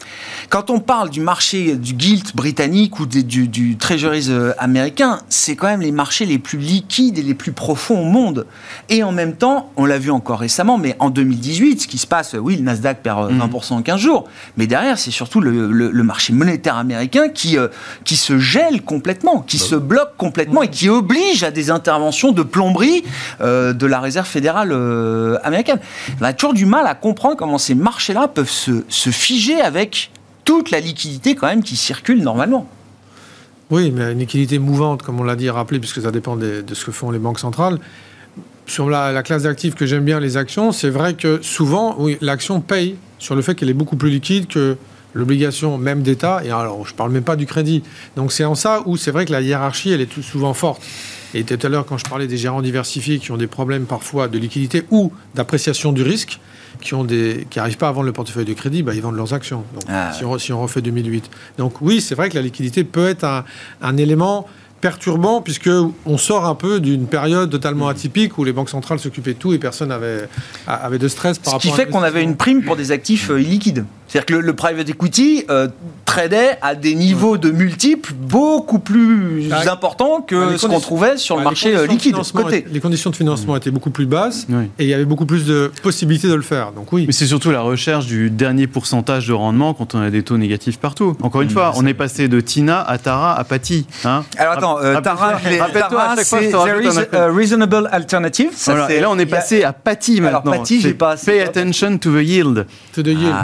Quand on parle du marché du gilt britannique ou du treasuries américain, c'est quand même les marchés les plus liquides et les plus profonds au monde. Et en même temps, on l'a vu encore récemment, mais en 2018, ce qui se passe, oui, le Nasdaq perd 20% en 15 jours, mais derrière, c'est surtout le marché monétaire américain qui se gèle complètement, qui se bloque complètement et qui oblige à des interventions de plomberie de la Réserve fédérale américaine. On a toujours du mal à comprendre comment ces marchés-là peuvent se figer avec toute la liquidité quand même qui circule normalement. Oui, mais une liquidité mouvante, comme on l'a dit et rappelé, puisque ça dépend de ce que font les banques centrales. Sur la classe d'actifs que j'aime bien, les actions, c'est vrai que souvent, oui, l'action paye sur le fait qu'elle est beaucoup plus liquide que l'obligation même d'État. Et alors, je ne parle même pas du crédit. Donc c'est en ça où c'est vrai que la hiérarchie, elle est tout souvent forte. Et tout à l'heure, quand je parlais des gérants diversifiés qui ont des problèmes parfois de liquidité ou d'appréciation du risque, qui n'arrivent pas à vendre le portefeuille de crédit, ils vendent leurs actions. Donc, si on refait 2008. Donc oui, c'est vrai que la liquidité peut être un élément perturbant, puisqu'on sort un peu d'une période totalement atypique où les banques centrales s'occupaient de tout et personne avait de stress par rapport à... Ce qui fait qu'on avait une prime pour des actifs illiquides. C'est-à-dire que le private equity tradait à des niveaux de multiples beaucoup plus importants que ce qu'on trouvait sur le marché liquide. Les conditions de financement étaient beaucoup plus basses et il y avait beaucoup plus de possibilités de le faire. Donc oui. Mais c'est surtout la recherche du dernier pourcentage de rendement quand on a des taux négatifs partout. Encore une fois, on est passé de Tina à Tara à Patty. Hein. Alors attends, Tara, c'est There is a reasonable alternative. Ça, voilà. Et là, on est passé à Patty maintenant. Alors Patty, j'ai pas... Pay attention to the yield. To the yield.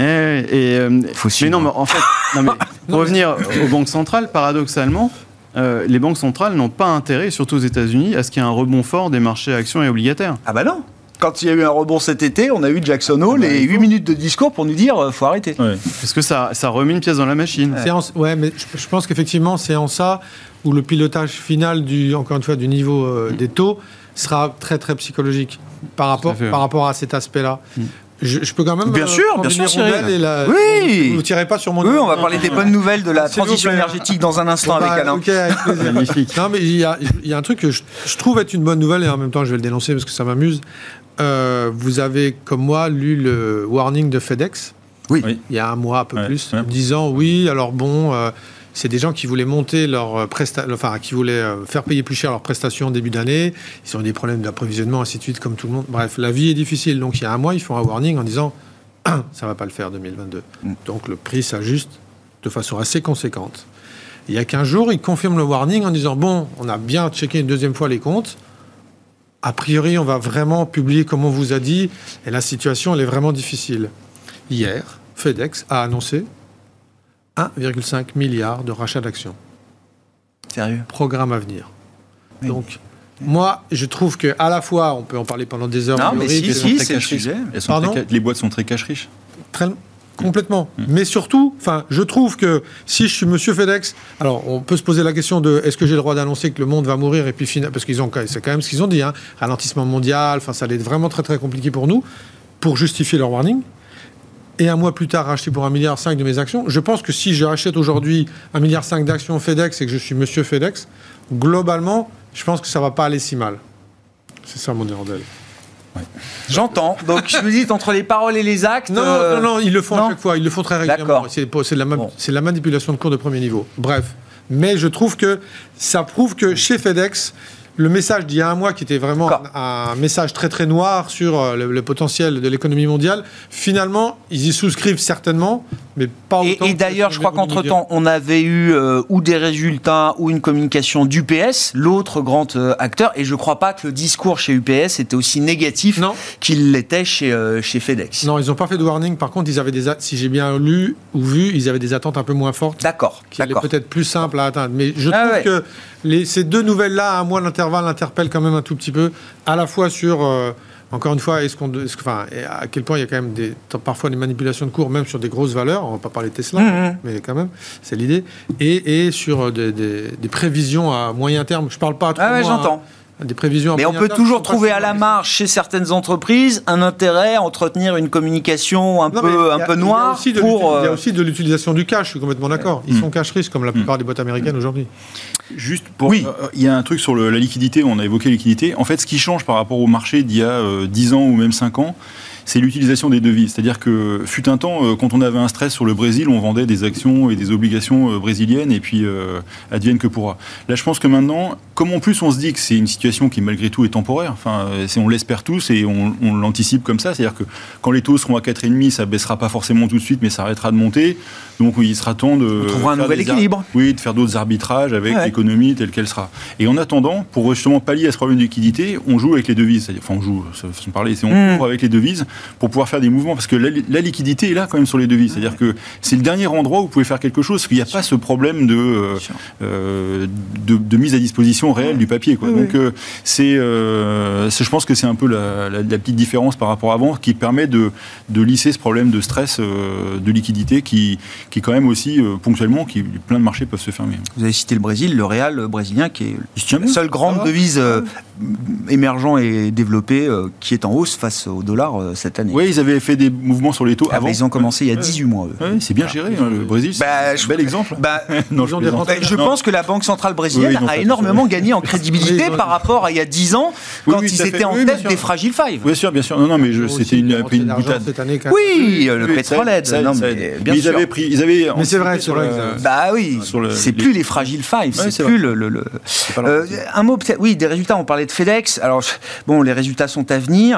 Mais non, mais en fait, pour revenir aux banques centrales, paradoxalement, les banques centrales n'ont pas intérêt, surtout aux États-Unis, à ce qu'il y ait un rebond fort des marchés actions et obligataires. Ah bah non. Quand il y a eu un rebond cet été, on a eu Jackson Hole et 8 minutes de discours pour nous dire faut arrêter. Ouais. Parce que ça remet une pièce dans la machine. Mais je pense qu'effectivement, c'est en ça où le pilotage final encore une fois, du niveau des taux sera très très psychologique par rapport à cet aspect-là. Je peux quand même. Bien sûr, Cyril. Oui. Vous ne tirez pas sur mon. Oui, on va parler des bonnes nouvelles de la transition énergétique dans un instant avec Alain. Ok, avec plaisir. Magnifique. Non, mais il y a un truc que je trouve être une bonne nouvelle et en même temps je vais le dénoncer parce que ça m'amuse. Vous avez, comme moi, lu le warning de FedEx. Oui. Il y a un mois, un peu plus, disant oui, alors bon. C'est des gens qui voulaient monter qui voulaient faire payer plus cher leurs prestations en début d'année. Ils ont des problèmes d'approvisionnement, ainsi de suite, comme tout le monde. Bref, la vie est difficile. Donc, il y a un mois, ils font un warning en disant ça ne va pas le faire 2022. Donc, le prix s'ajuste de façon assez conséquente. Il y a 15 jours, ils confirment le warning en disant bon, on a bien checké une deuxième fois les comptes. A priori, on va vraiment publier comme on vous a dit. Et la situation, elle est vraiment difficile. Hier, FedEx a annoncé 1,5 milliard de rachat d'actions. Sérieux ? Programme à venir. Oui. Donc, moi, je trouve qu'à la fois, on peut en parler pendant des heures. Non, mais si, c'est le sujet. Les boîtes sont très cash riches. Complètement. Mais surtout, je trouve que si je suis monsieur FedEx, alors on peut se poser la question de est-ce que j'ai le droit d'annoncer que le monde va mourir et puis parce c'est quand même ce qu'ils ont dit, ralentissement mondial, ça allait être vraiment très très compliqué pour nous, pour justifier leur warning. Et un mois plus tard, racheter pour 1,5 milliard de mes actions. Je pense que si je rachète aujourd'hui 1,5 milliard d'actions FedEx et que je suis monsieur FedEx, globalement, je pense que ça ne va pas aller si mal. C'est ça mon irondelle. Ouais. J'entends. Donc je vous dis, entre les paroles et les actes... Non, ils le font à chaque fois. Ils le font très régulièrement. D'accord. C'est la manipulation de cours de premier niveau. Bref. Mais je trouve que ça prouve que chez FedEx... Le message d'il y a un mois, qui était vraiment un message très très noir sur le potentiel de l'économie mondiale, finalement, ils y souscrivent certainement, mais pas autant. Et d'ailleurs, je crois qu'entre-temps, on avait eu ou des résultats ou une communication d'UPS, l'autre grand acteur, et je ne crois pas que le discours chez UPS était aussi négatif qu'il l'était chez FedEx. Non, ils n'ont pas fait de warning. Par contre, ils avaient si j'ai bien lu ou vu, ils avaient des attentes un peu moins fortes. D'accord. Qui allaient peut-être plus simples à atteindre. Mais je trouve que ces deux nouvelles-là, à un mois d'intervalle, interpellent quand même un tout petit peu, à la fois sur, encore une fois, à quel point il y a quand même parfois des manipulations de cours, même sur des grosses valeurs, on ne va pas parler de Tesla, mais quand même, c'est l'idée, et sur des prévisions à moyen terme. Je ne parle pas à 3 mois. J'entends. Des prévisions. Mais on peut toujours trouver à la marge chez certaines entreprises un intérêt à entretenir une communication un peu noire. Il y a aussi de l'utilisation du cash, je suis complètement d'accord. Ils sont cash risk comme la plupart des boîtes américaines aujourd'hui. Juste pour... il y a un truc sur la liquidité, on a évoqué la liquidité. En fait, ce qui change par rapport au marché d'il y a 10 ans ou même 5 ans, c'est l'utilisation des devises. C'est-à-dire que fut un temps, quand on avait un stress sur le Brésil, on vendait des actions et des obligations brésiliennes et puis advienne que pourra. Là, je pense que maintenant, comme en plus on se dit que c'est une situation qui malgré tout est temporaire, enfin, on l'espère tous et on l'anticipe comme ça, c'est-à-dire que quand les taux seront à 4,5, ça baissera pas forcément tout de suite, mais ça arrêtera de monter. Donc il sera temps de... On trouvera un nouvel équilibre. Oui, de faire d'autres arbitrages avec l'économie telle qu'elle sera. Et en attendant, pour justement pallier à ce problème de liquidité, on joue avec les devises. Enfin, on joue, ça façon de parler, c'est on court avec les devises pour pouvoir faire des mouvements, parce que la liquidité est là quand même sur les devises. C'est-à-dire que c'est le dernier endroit où vous pouvez faire quelque chose, parce qu'il n'y a pas ce problème de mise à disposition réelle du papier, quoi. Donc je pense que c'est un peu la petite différence par rapport à avant, qui permet de lisser ce problème de stress de liquidité qui quand même aussi, ponctuellement, plein de marchés peuvent se fermer. Vous avez cité le Brésil, le réal brésilien, qui est la seule grande devise émergent et développé qui est en hausse face au dollar cette année. Oui, ils avaient fait des mouvements sur les taux avant. Ils ont commencé il y a 18 mois. Oui, c'est bien géré, le Brésil. C'est un bel exemple. Je pense que la Banque centrale brésilienne a énormément gagné en crédibilité par rapport à il y a 10 ans, quand ils étaient en tête des Fragile Five. Bien sûr, bien sûr. Non, mais c'était une boutade. Oui, le pétrole aide. Mais ils avaient... Mais c'est vrai, bah oui, c'est plus les Fragile Five, c'est plus un mot peut-être, oui, des résultats, on parlait de FedEx. Alors, bon, les résultats sont à venir.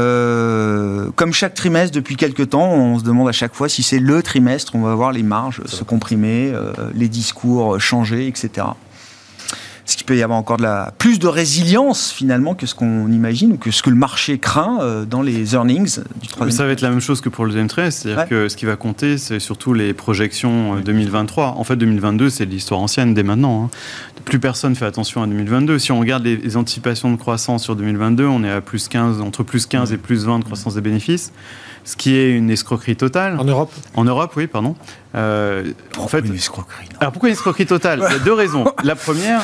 Comme chaque trimestre, depuis quelques temps, on se demande à chaque fois si c'est le trimestre, on va voir les marges se comprimer, les discours changer, etc. Est-ce qu'il peut y avoir encore plus de résilience finalement que ce qu'on imagine ou que ce que le marché craint dans les earnings du troisième? Ça va être la même chose que pour le deuxième trimestre, c'est-à-dire que ce qui va compter, c'est surtout les projections 2023. En fait, 2022, c'est de l'histoire ancienne dès maintenant. Plus personne fait attention à 2022. Si on regarde les anticipations de croissance sur 2022, on est à entre plus 15 et plus 20 de croissance des bénéfices, ce qui est une escroquerie totale. En Europe ? En Europe, oui, pardon. Pourquoi une escroquerie? Alors pourquoi une escroquerie totale? Il y a deux raisons. La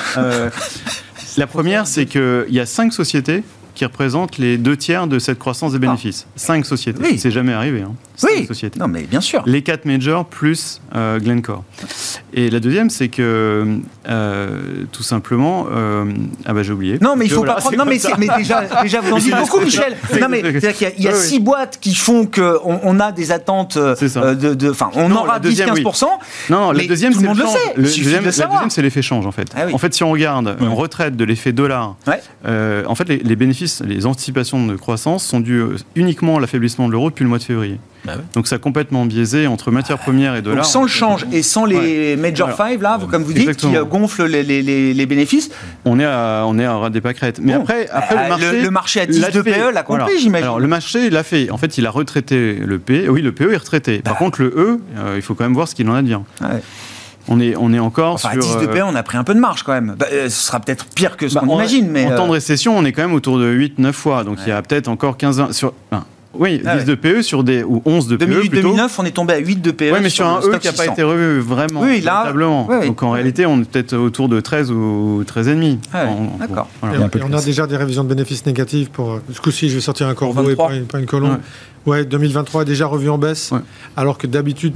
première, c'est qu'il y a 5 sociétés qui représentent les 2/3 de cette croissance des bénéfices. 5 sociétés. Oui. C'est jamais arrivé. Sociétés. Non, mais bien sûr. Les 4 majors plus Glencore. Et la deuxième, c'est que tout simplement, j'ai oublié. Non, mais il faut pas prendre. Non, mais déjà, vous en dites beaucoup, Michel. Non, mais c'est-à-dire qu'il y a 6 boîtes qui font qu'on a des attentes on aura 10-15%. Non, la deuxième, tout le monde le sait. La deuxième, c'est l'effet change, en fait. Ah oui. En fait, si on regarde, on retraite de l'effet dollar, en fait, les bénéfices, les anticipations de croissance sont dues uniquement à l'affaiblissement de l'euro depuis le mois de février. Donc ça a complètement biaisé entre matières premières et dollars. Donc sans le change et sans les Major 5, là, comme vous dites, qui gonflent les bénéfices. On est à ras des pâquerettes. Mais après le marché à 10 de PE l'a compris, j'imagine. Alors le marché l'a fait. En fait, il a retraité le PE. Oui, le PE est retraité. Par contre, le E, il faut quand même voir ce qu'il en advient. On est encore sur... À 10 de PE, on a pris un peu de marge quand même. Ce sera peut-être pire que ce qu'on imagine. Mais en temps de récession, on est quand même autour de 8-9 fois. Donc il y a peut-être encore 15... Oui, 10 de PE sur ou 11 de PE 2008-2009, on est tombé à 8 de PE. Oui, mais sur un E qui n'a pas été revu vraiment véritablement. Donc en réalité, on est peut-être autour de 13 ou 13,5. D'accord. Et on a déjà des révisions de bénéfices négatives pour... Ce coup-ci, je vais sortir un corbeau et pas une colombe. Ouais, 2023 est déjà revu en baisse, alors que d'habitude...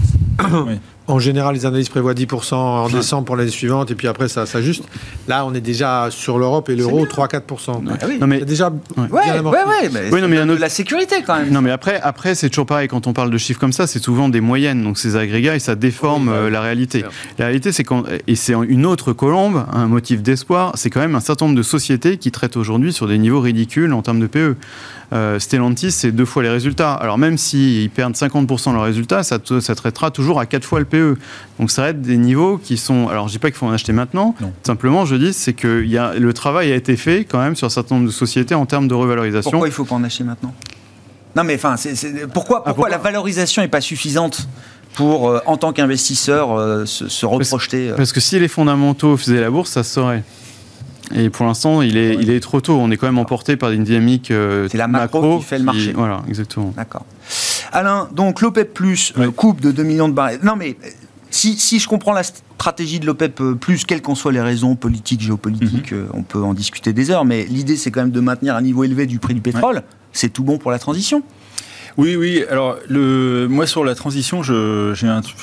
En général, les analyses prévoient 10% en décembre pour l'année suivante, et puis après, ça s'ajuste. Là, on est déjà sur l'Europe et l'euro, 3-4%. Non, mais... C'est déjà bien amorti. Oui, mais de la sécurité, quand même. Non, mais après, c'est toujours pareil. Quand on parle de chiffres comme ça, c'est souvent des moyennes. Donc, ces agrégats, et ça déforme la réalité. La réalité, c'est et c'est une autre colombe, un motif d'espoir, c'est quand même un certain nombre de sociétés qui traitent aujourd'hui sur des niveaux ridicules en termes de PE. Stellantis, c'est 2 fois les résultats. Alors même s'ils perdent 50% de leurs résultats, ça traitera toujours à 4 fois le PE. Donc ça va être des niveaux qui sont... Alors je ne dis pas qu'il faut en acheter maintenant. Simplement, je dis, c'est que le travail a été fait quand même sur un certain nombre de sociétés en termes de revalorisation. Pourquoi il ne faut pas en acheter maintenant? Non mais enfin, pourquoi la valorisation n'est pas suffisante pour, en tant qu'investisseur, se reprojeter Parce que si les fondamentaux faisaient la bourse, ça se saurait. Et pour l'instant, il est trop tôt. On est quand même emporté par une dynamique c'est la macro qui fait le marché. Voilà, exactement. D'accord. Alain, donc l'OPEP+, coupe de 2 millions de barils. Non, mais si je comprends la stratégie de l'OPEP+, quelles qu'en soient les raisons politiques, géopolitiques, on peut en discuter des heures, mais l'idée, c'est quand même de maintenir un niveau élevé du prix du pétrole. C'est tout bon pour la transition. Oui. Alors, moi, sur la transition, je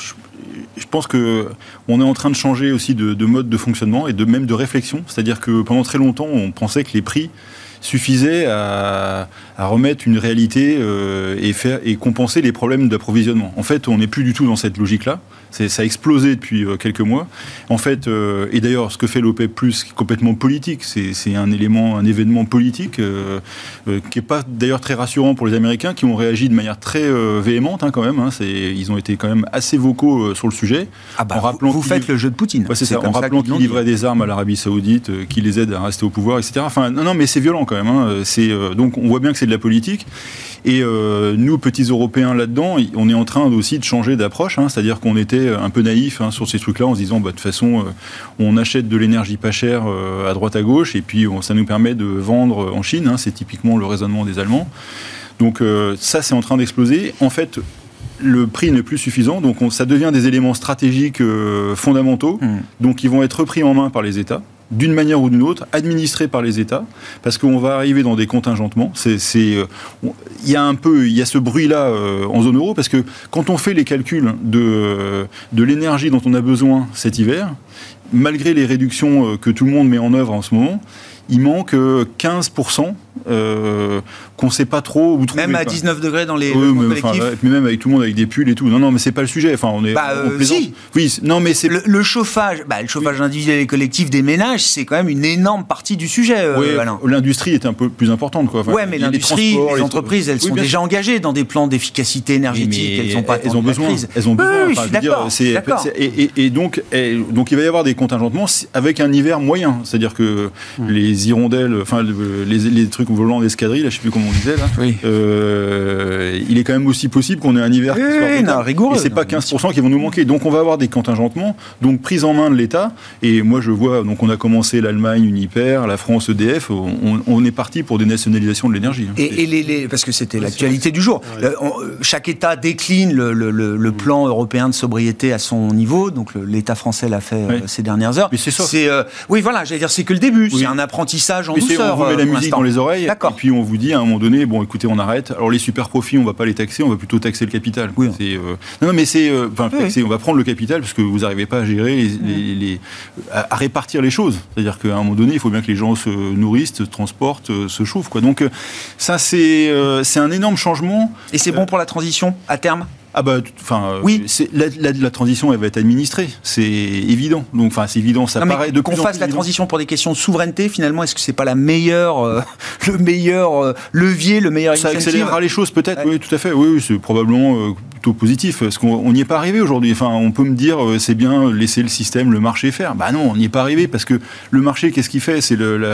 pense qu'on est en train de changer aussi de mode de fonctionnement et même de réflexion. C'est-à-dire que pendant très longtemps, on pensait que les prix suffisait à remettre une réalité et compenser les problèmes d'approvisionnement. En fait, on n'est plus du tout dans cette logique-là. Ça a explosé depuis quelques mois. En fait, et d'ailleurs, ce que fait l'OPEP+, qui est complètement politique, c'est un événement politique qui n'est pas d'ailleurs très rassurant pour les Américains, qui ont réagi de manière très véhémente quand même. Ils ont été quand même assez vocaux sur le sujet. En rappelant vous faites le jeu de Poutine. Ouais, c'est ça, en rappelant qu'ils livraient des armes à l'Arabie Saoudite, qui les aident à rester au pouvoir, etc. Enfin, non, mais c'est violent quand même. Donc on voit bien que c'est de la politique. Et nous, petits Européens là-dedans, on est en train aussi de changer d'approche. C'est-à-dire qu'on était un peu naïfs sur ces trucs-là en se disant, de toute façon, on achète de l'énergie pas chère à droite à gauche et puis ça nous permet de vendre en Chine. C'est typiquement le raisonnement des Allemands. Donc ça, c'est en train d'exploser. En fait, le prix n'est plus suffisant, donc ça devient des éléments stratégiques fondamentaux, donc ils vont être repris en main par les États, d'une manière ou d'une autre, administrés par les États, parce qu'on va arriver dans des contingentements. Il y a ce bruit-là en zone euro, parce que quand on fait les calculs de l'énergie dont on a besoin cet hiver, malgré les réductions que tout le monde met en œuvre en ce moment, il manque 15% qu'on ne sait pas trop où trouver. Même à 19 degrés dans les collectifs. Mais même avec tout le monde avec des pulls et tout. Non, mais c'est pas le sujet. Enfin, on plaisante. Si. Oui, non, mais c'est le chauffage. Le chauffage individuel et collectif des ménages, c'est quand même une énorme partie du sujet. Alain. L'industrie est un peu plus importante, quoi. Enfin, mais l'industrie, les entreprises, elles sont déjà engagées dans des plans d'efficacité énergétique. Elles ont besoin. Elles ont besoin. Oui, je suis d'accord. Et donc, il va y avoir des contingentements avec un hiver moyen. C'est-à-dire que les hirondelles, enfin les trucs volants d'escadrille, là, je ne sais plus comment on disait, là, il est quand même aussi possible qu'on ait un hiver rigoureux. Et c'est pas 15% qui vont nous manquer. Donc on va avoir des contingentements, donc prise en main de l'État. Et moi je vois, donc on a commencé l'Allemagne Uniper, la France EDF, on est parti pour des nationalisations de l'énergie. Parce que c'était l'actualité du jour. Chaque État décline le plan européen de sobriété à son niveau. Donc l'État français l'a fait ces dernières heures. Mais c'est ça. Oui, voilà, j'allais dire, c'est que le début. C'est un apprentissage en douceur. On vous met la musique dans les oreilles, et puis on vous dit à un moment donné, bon, écoutez, on arrête. Alors les super profits, on va pas les taxer, on va plutôt taxer le capital. Oui. On va prendre le capital parce que vous n'arrivez pas à gérer à répartir les choses. C'est-à-dire qu'à un moment donné, il faut bien que les gens se nourrissent, se transportent, se chauffent, quoi. Donc ça, c'est un énorme changement. Et c'est bon pour la transition à terme. Oui. La transition, elle va être administrée, c'est évident. Donc, c'est évident, ça paraît de plus en plus qu'on fasse la transition pour des questions de souveraineté, finalement, est-ce que c'est pas le meilleur levier, le meilleur ça incentive? accélérera les choses, peut-être. Oui, tout à fait. Oui, c'est probablement plutôt positif. Parce qu'on n'y est pas arrivé aujourd'hui. Enfin, on peut me dire, c'est bien laisser le système, le marché faire. Non, on n'y est pas arrivé parce que le marché, qu'est-ce qu'il fait? C'est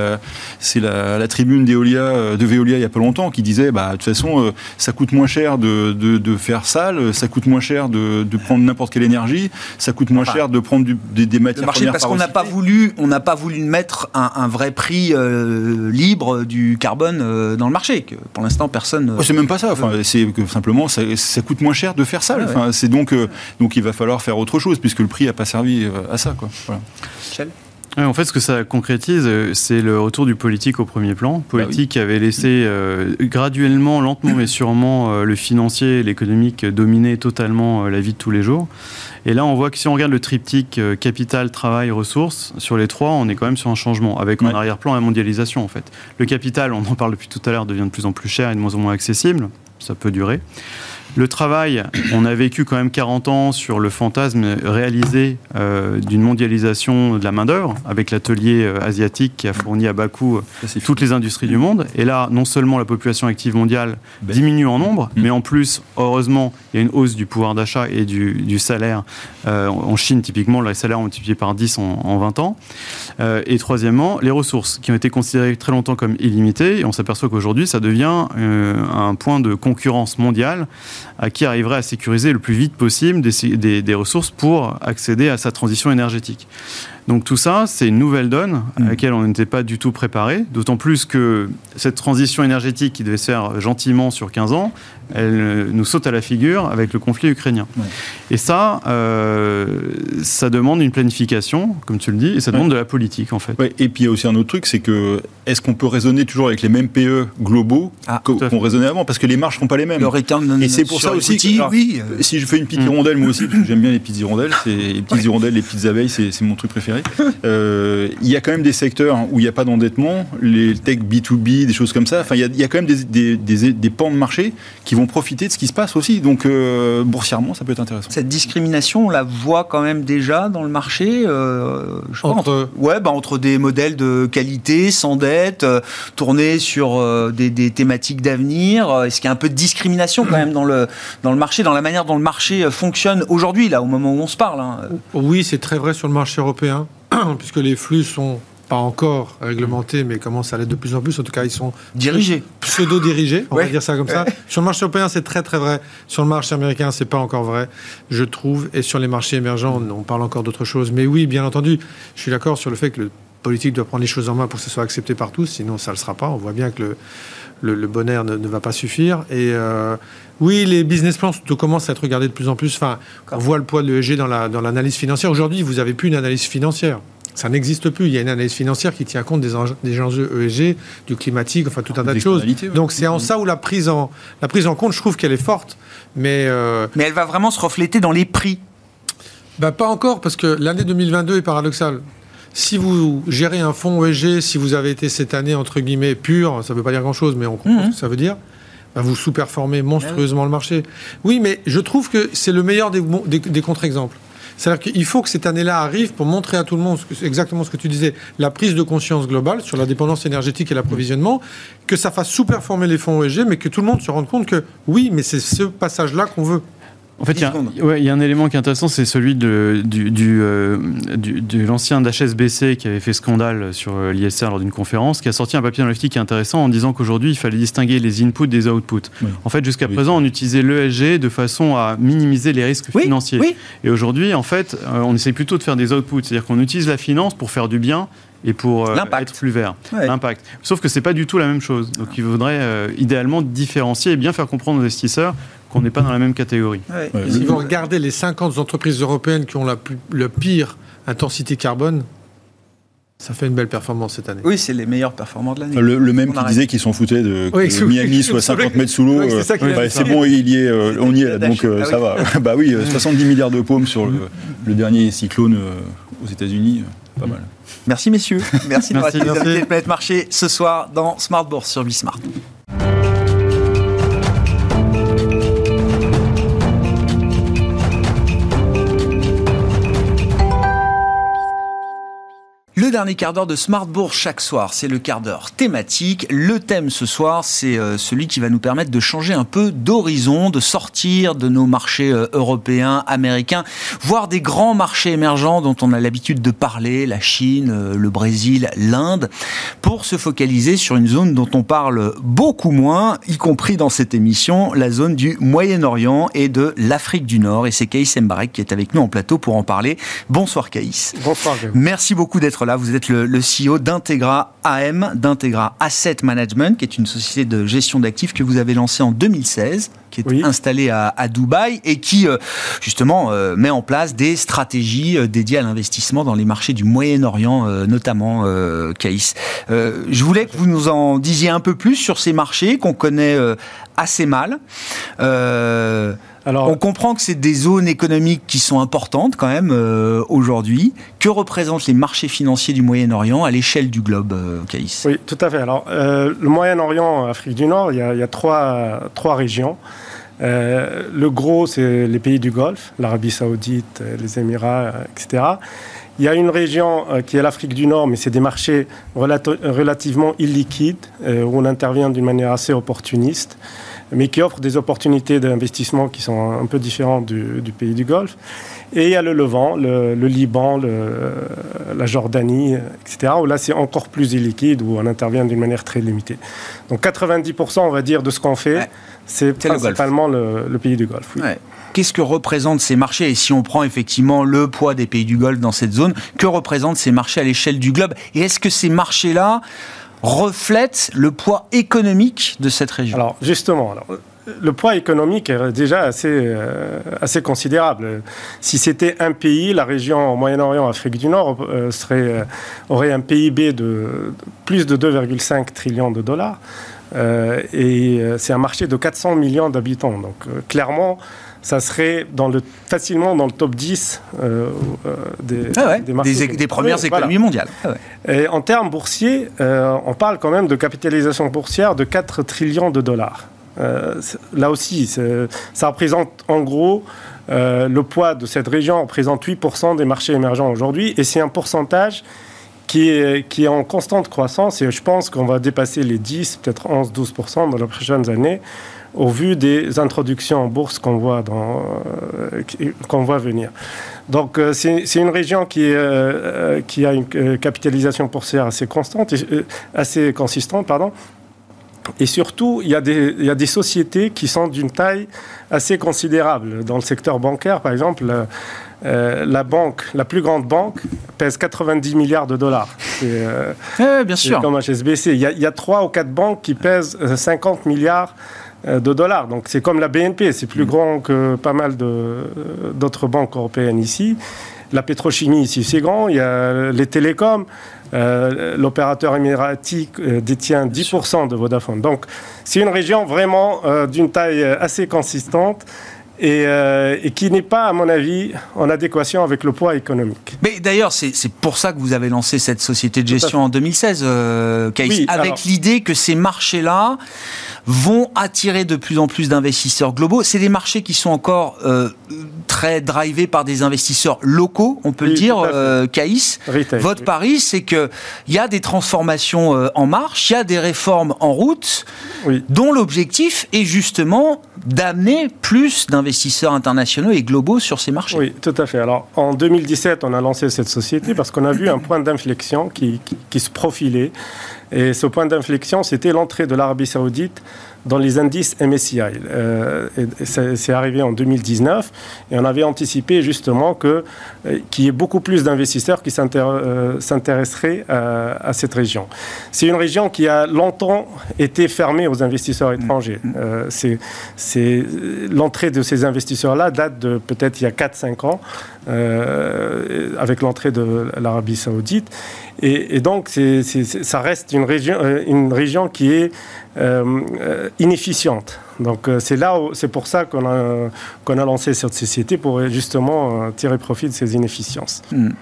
la tribune de Veolia il y a pas longtemps qui disait, de toute façon, ça coûte moins cher de faire sale. Ça coûte moins cher de prendre n'importe quelle énergie, ça coûte moins cher de prendre des matières premières. Parce qu'on n'a pas voulu mettre un vrai prix libre du carbone dans le marché. Que pour l'instant, personne. C'est même pas ça. C'est que simplement ça coûte moins cher de faire ça. C'est donc il va falloir faire autre chose puisque le prix n'a pas servi à ça, quoi. Voilà. Michel ? En fait, ce que ça concrétise, c'est le retour du politique au premier plan. Politique qui avait laissé graduellement, lentement mais sûrement, le financier et l'économique dominer totalement la vie de tous les jours. Et là, on voit que si on regarde le triptyque capital, travail, ressources, sur les trois, on est quand même sur un changement, avec en arrière-plan la mondialisation, en fait. Le capital, on en parle depuis tout à l'heure, devient de plus en plus cher et de moins en moins accessible. Ça peut durer. Le travail, on a vécu quand même 40 ans sur le fantasme réalisé d'une mondialisation de la main-d'œuvre, avec l'atelier asiatique qui a fourni à bas coût toutes les industries du monde. Et là, non seulement la population active mondiale diminue en nombre, mais en plus, heureusement, il y a une hausse du pouvoir d'achat et du salaire. En Chine, typiquement, les salaires ont multiplié par 10 en 20 ans. Et troisièmement, les ressources, qui ont été considérées très longtemps comme illimitées. Et on s'aperçoit qu'aujourd'hui, ça devient un point de concurrence mondiale à qui arriverait à sécuriser le plus vite possible des ressources pour accéder à sa transition énergétique. Donc tout ça, c'est une nouvelle donne à laquelle on n'était pas du tout préparé, d'autant plus que cette transition énergétique qui devait se faire gentiment sur 15 ans, elle nous saute à la figure avec le conflit ukrainien. Ouais. Et ça demande une planification, comme tu le dis, et ça demande de la politique, en fait. Ouais, et puis il y a aussi un autre truc, c'est que est-ce qu'on peut raisonner toujours avec les mêmes PE globaux qu'on raisonnait avant? Parce que les marges ne sont pas les mêmes. Et c'est pour ça aussi que, si je fais une petite hirondelle, moi aussi, parce que j'aime bien les petites hirondelles, les petites hirondelles, les petites abeilles, c'est mon truc préféré. dirais. Il y a quand même des secteurs où il n'y a pas d'endettement, les tech B2B, des choses comme ça. Enfin, il y a quand même des pans de marché qui vont profiter de ce qui se passe aussi. Donc, boursièrement, ça peut être intéressant. Cette discrimination, on la voit quand même déjà dans le marché. Entre des modèles de qualité, sans dette, tournés sur des thématiques d'avenir. Est-ce qu'il y a un peu de discrimination quand même dans le marché, dans la manière dont le marché fonctionne aujourd'hui, là, au moment où on se parle, hein. Oui, c'est très vrai sur le marché européen, puisque les flux sont pas encore réglementés, mais commencent à l'être de plus en plus. En tout cas, ils sont dirigés, pseudo-dirigés, on va dire ça comme ça. Sur le marché européen, c'est très très vrai. Sur le marché américain, c'est pas encore vrai, je trouve. Et sur les marchés émergents, on parle encore d'autre chose. Mais oui, bien entendu, je suis d'accord sur le fait que le politique doit prendre les choses en main pour que ce soit accepté par tous, sinon ça ne le sera pas. On voit bien que le bon air ne va pas suffire. Et oui, les business plans commencent à être regardés de plus en plus. Enfin, on voit le poids de l'ESG dans l'analyse financière. Aujourd'hui, vous n'avez plus une analyse financière. Ça n'existe plus. Il y a une analyse financière qui tient compte des enjeux ESG, du climatique, enfin tout un tas de choses. Donc c'est en ça où la prise en compte, je trouve qu'elle est forte. Mais elle va vraiment se refléter dans les prix. Pas encore, parce que l'année 2022 est paradoxale. Si vous gérez un fonds ESG, si vous avez été cette année, entre guillemets, pur, ça ne veut pas dire grand-chose, mais on comprend ce que ça veut dire, vous sous-performez monstrueusement le marché. Oui, mais je trouve que c'est le meilleur des contre-exemples. C'est-à-dire qu'il faut que cette année-là arrive pour montrer à tout le monde exactement ce que tu disais, la prise de conscience globale sur la dépendance énergétique et l'approvisionnement, que ça fasse sous-performer les fonds ESG, mais que tout le monde se rende compte que oui, mais c'est ce passage-là qu'on veut. En fait, il y a un élément qui est intéressant, c'est celui de l'ancien d'HSBC qui avait fait scandale sur l'ISR lors d'une conférence, qui a sorti un papier dans l'FT qui est intéressant en disant qu'aujourd'hui, il fallait distinguer les inputs des outputs. Oui. En fait, jusqu'à présent, on utilisait l'ESG de façon à minimiser les risques financiers. Oui. Et aujourd'hui, en fait, on essaie plutôt de faire des outputs, c'est-à-dire qu'on utilise la finance pour faire du bien et pour être plus vert. L'impact. Sauf que c'est pas du tout la même chose. Donc il faudrait idéalement différencier et bien faire comprendre aux investisseurs qu'on n'est pas dans la même catégorie. Si vous regardez les 50 entreprises européennes qui ont le pire intensité carbone, ça fait une belle performance cette année. Oui, c'est les meilleurs performants de l'année. Le même qui disait qu'il s'en foutait que Miami soit 50 mètres sous l'eau. C'est bon, on y est là, donc ça va. 70 milliards de paumes sur le dernier cyclone aux États-Unis, pas mal. Merci messieurs. Merci d'avoir été invités de Planète Marché ce soir dans Smart Bourse sur Bismart. Le dernier quart d'heure de Smart Bourse chaque soir, c'est le quart d'heure thématique. Le thème ce soir, c'est celui qui va nous permettre de changer un peu d'horizon, de sortir de nos marchés européens, américains, voire des grands marchés émergents dont on a l'habitude de parler, la Chine, le Brésil, l'Inde, pour se focaliser sur une zone dont on parle beaucoup moins, y compris dans cette émission, la zone du Moyen-Orient et de l'Afrique du Nord. Et c'est Kaïs Mbarek qui est avec nous en plateau pour en parler. Bonsoir Kaïs. Bonsoir. Merci beaucoup d'être là. Vous êtes le CEO d'Integra AM, d'Integra Asset Management, qui est une société de gestion d'actifs que vous avez lancée en 2016, qui est installée à Dubaï et qui, justement, met en place des stratégies dédiées à l'investissement dans les marchés du Moyen-Orient, notamment, Kaïs. Je voulais que vous nous en disiez un peu plus sur ces marchés qu'on connaît assez mal. Alors, on comprend que c'est des zones économiques qui sont importantes quand même aujourd'hui. Que représentent les marchés financiers du Moyen-Orient à l'échelle du globe, Kaïs ? Oui, tout à fait. Alors, le Moyen-Orient, Afrique du Nord, il y a trois régions. Le gros, c'est les pays du Golfe, l'Arabie Saoudite, les Émirats, etc. Il y a une région qui est l'Afrique du Nord, mais c'est des marchés relativement illiquides, où on intervient d'une manière assez opportuniste, mais qui offre des opportunités d'investissement qui sont un peu différentes du pays du Golfe. Et il y a le Levant, le Liban, la Jordanie, etc., où là, c'est encore plus illiquide, où on intervient d'une manière très limitée. Donc 90%, on va dire, de ce qu'on fait, c'est principalement le pays du Golfe. Oui. Ouais. Qu'est-ce que représentent ces marchés ? Et si on prend effectivement le poids des pays du Golfe dans cette zone, que représentent ces marchés à l'échelle du globe ? Et est-ce que ces marchés-là reflètent le poids économique de cette région ? Alors, justement, le poids économique est déjà assez considérable. Si c'était un pays, la région Moyen-Orient, Afrique du Nord, aurait un PIB de plus de 2,5 trillions de dollars. Et c'est un marché de 400 millions d'habitants. Donc clairement, ça serait facilement dans le top 10 des marchés. Des premières économies mondiales. Et en termes boursiers, on parle quand même de capitalisation boursière de 4 trillions de dollars. Là aussi, ça représente en gros le poids de cette région représente 8% des marchés émergents aujourd'hui, et c'est un pourcentage qui est en constante croissance, et je pense qu'on va dépasser les 10, peut-être 11-12% dans les prochaines années, au vu des introductions en bourse qu'on voit venir. Donc c'est une région qui a une capitalisation boursière assez constante, assez consistante, pardon. Et surtout, il y a des sociétés qui sont d'une taille assez considérable. Dans le secteur bancaire, par exemple, la plus grande banque pèse 90 milliards de dollars. Bien sûr. C'est comme HSBC. Il y a 3 ou 4 banques qui pèsent 50 milliards de dollars. Donc c'est comme la BNP, c'est plus grand que pas mal d'autres banques européennes ici. La pétrochimie ici, c'est grand. Il y a les télécoms. L'opérateur émiratique détient 10% de Vodafone. Donc, c'est une région vraiment d'une taille assez consistante et qui n'est pas, à mon avis, en adéquation avec le poids économique. Mais d'ailleurs, c'est pour ça que vous avez lancé cette société de gestion en 2016, Kaïs, oui, avec l'idée que ces marchés-là vont attirer de plus en plus d'investisseurs globaux. C'est des marchés qui sont encore très drivés par des investisseurs locaux, on peut le dire, Kaïs. Votre pari, c'est qu'il y a des transformations en marche, il y a des réformes en route, dont l'objectif est justement d'amener plus d'investisseurs internationaux et globaux sur ces marchés. Oui, tout à fait. Alors, en 2017, on a lancé cette société parce qu'on a vu un point d'inflexion qui se profilait. Et ce point d'inflexion, c'était l'entrée de l'Arabie Saoudite dans les indices MSCI. C'est arrivé en 2019 et on avait anticipé justement qu'il y ait beaucoup plus d'investisseurs qui s'intéresseraient à cette région. C'est une région qui a longtemps été fermée aux investisseurs étrangers. L'entrée de ces investisseurs-là date de peut-être il y a 4-5 ans avec l'entrée de l'Arabie Saoudite. Et donc, ça reste une région qui est inefficiente. Donc, c'est pour ça qu'on a lancé cette société, pour justement tirer profit de ces inefficiences.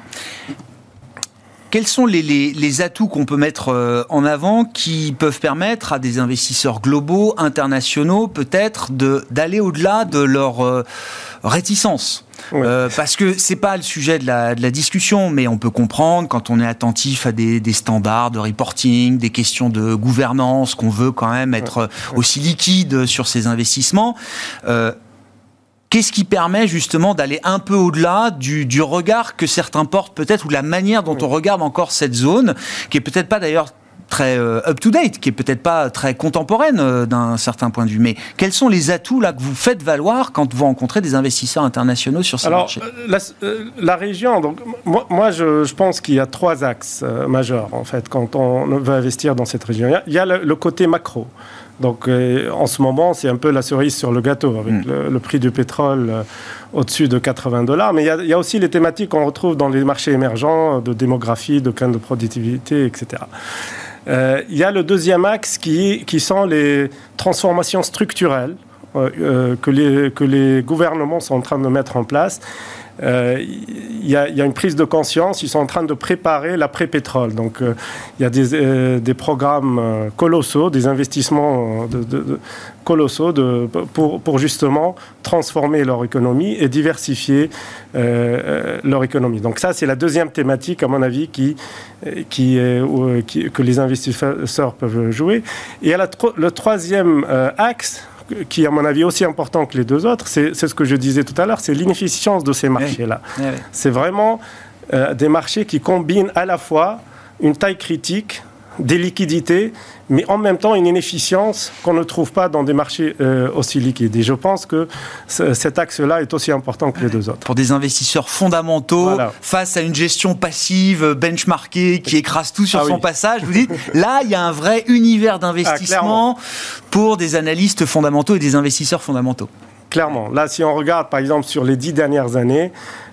Quels sont les atouts qu'on peut mettre en avant qui peuvent permettre à des investisseurs globaux, internationaux, peut-être d'aller au-delà de leur réticence? Parce que c'est pas le sujet de la discussion, mais on peut comprendre quand on est attentif à des standards de reporting, des questions de gouvernance, qu'on veut quand même être aussi liquide sur ces investissements. Qu'est-ce qui permet justement d'aller un peu au-delà du regard que certains portent peut-être, ou de la manière dont on regarde encore cette zone, qui est peut-être pas d'ailleurs très up-to-date, qui est peut-être pas très contemporaine d'un certain point de vue. Mais quels sont les atouts là que vous faites valoir quand vous rencontrez des investisseurs internationaux sur ces marchés? La région, donc moi je pense qu'il y a 3 axes majeurs en fait quand on veut investir dans cette région. Il y a le côté macro. Donc en ce moment, c'est un peu la cerise sur le gâteau avec le prix du pétrole au-dessus de $80. Mais il y a aussi les thématiques qu'on retrouve dans les marchés émergents de démographie, de gain de productivité, etc. Il y a le deuxième axe qui sont les transformations structurelles que les gouvernements sont en train de mettre en place. Il y a une prise de conscience, ils sont en train de préparer l'après-pétrole. Donc il y a des programmes colossaux, des investissements colossaux pour justement transformer leur économie et diversifier leur économie. Donc ça, c'est la deuxième thématique, à mon avis, que les investisseurs peuvent jouer. Et il y a le troisième axe, qui est à mon avis aussi important que les deux autres, c'est ce que je disais tout à l'heure, c'est l'inefficience de ces marchés-là. C'est vraiment des marchés qui combinent à la fois une taille critique, des liquidités, mais en même temps une inefficience qu'on ne trouve pas dans des marchés aussi liquides. Et je pense que cet axe-là est aussi important que les deux autres. Pour des investisseurs fondamentaux, face à une gestion passive, benchmarkée, qui écrase tout sur son passage, vous dites, là, il y a un vrai univers d'investissement pour des analystes fondamentaux et des investisseurs fondamentaux. Clairement. Là, si on regarde, par exemple, sur les 10 dernières années,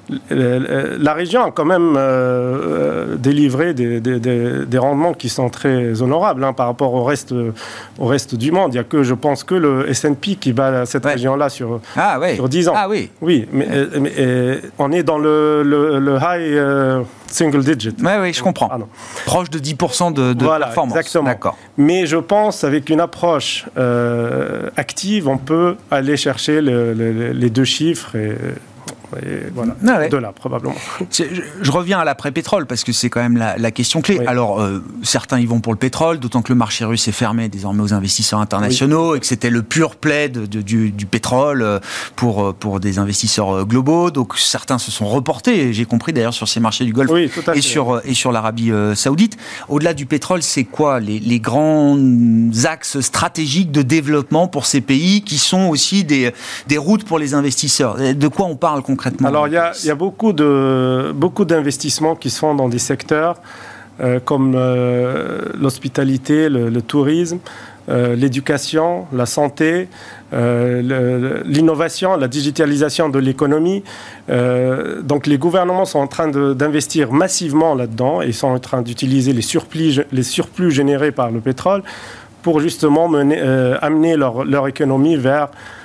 la région a quand même délivré des rendements qui sont très honorables par rapport au reste du monde. Il n'y a que, je pense, que le S&P qui bat cette région-là sur 10 ans. Ah oui. Oui, mais on est dans le high single digit. Oui, je comprends. Proche de 10% de performance. Exactement. D'accord. Mais je pense, avec une approche active, on peut aller chercher les 2 chiffres et voilà, de là, probablement. Je reviens à l'après-pétrole, parce que c'est quand même la question clé. Oui. Alors, certains y vont pour le pétrole, d'autant que le marché russe est fermé désormais aux investisseurs internationaux, et que c'était le pur play du pétrole pour des investisseurs globaux. Donc, certains se sont reportés, j'ai compris d'ailleurs, sur ces marchés du Golfe et sur l'Arabie Saoudite. Au-delà du pétrole, c'est quoi les grands axes stratégiques de développement pour ces pays, qui sont aussi des routes pour les investisseurs? De quoi on parle concrètement? Alors, il y a beaucoup d'investissements qui se font dans des secteurs comme l'hospitalité, le tourisme, l'éducation, la santé, l'innovation, la digitalisation de l'économie. Donc, les gouvernements sont en train d'investir massivement là-dedans et sont en train d'utiliser les surplus générés par le pétrole pour justement amener leur économie vers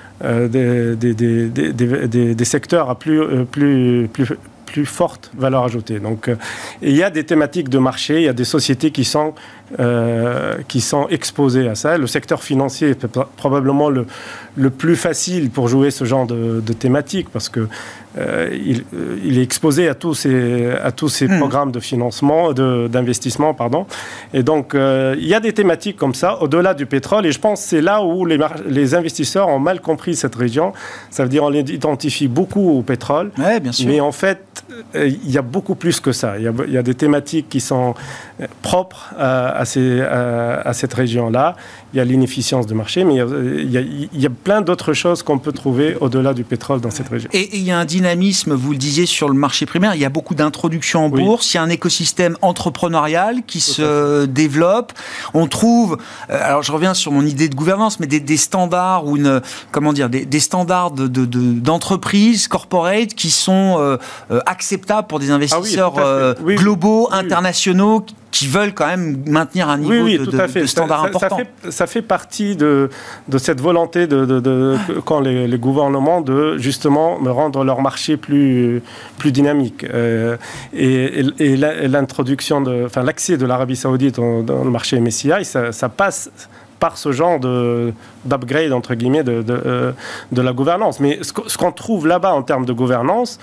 des secteurs à plus forte valeur ajoutée. Donc, il y a des thématiques de marché, il y a des sociétés qui sont exposées à ça. Le secteur financier est probablement le plus facile pour jouer ce genre de thématique, parce que il est exposé à tous ces programmes de financement, d'investissement, pardon. Et donc, il y a des thématiques comme ça, au-delà du pétrole, et je pense que c'est là où les investisseurs ont mal compris cette région. Ça veut dire qu'on l'identifie beaucoup au pétrole, bien sûr. Mais en fait, il y a beaucoup plus que ça. Il y a des thématiques qui sont propres à cette région-là. Il y a l'inefficience de marché, mais il y a plein d'autres choses qu'on peut trouver au-delà du pétrole dans cette région. Et il y a un dynamisme, vous le disiez, sur le marché primaire. Il y a beaucoup d'introductions en bourse. Il y a un écosystème entrepreneurial qui se développe. On trouve, alors je reviens sur mon idée de gouvernance, mais des standards ou des standards d'entreprises corporate qui sont acceptables pour des investisseurs globaux, internationaux, qui veulent quand même maintenir un niveau de standard important. Ça fait partie de cette volonté quand les gouvernements de justement rendre leur marché plus dynamique. Et l'introduction l'accès de l'Arabie Saoudite dans le marché MSCI, ça passe par ce genre d'upgrade, entre guillemets, de la gouvernance. Mais ce qu'on trouve là-bas en termes de gouvernance,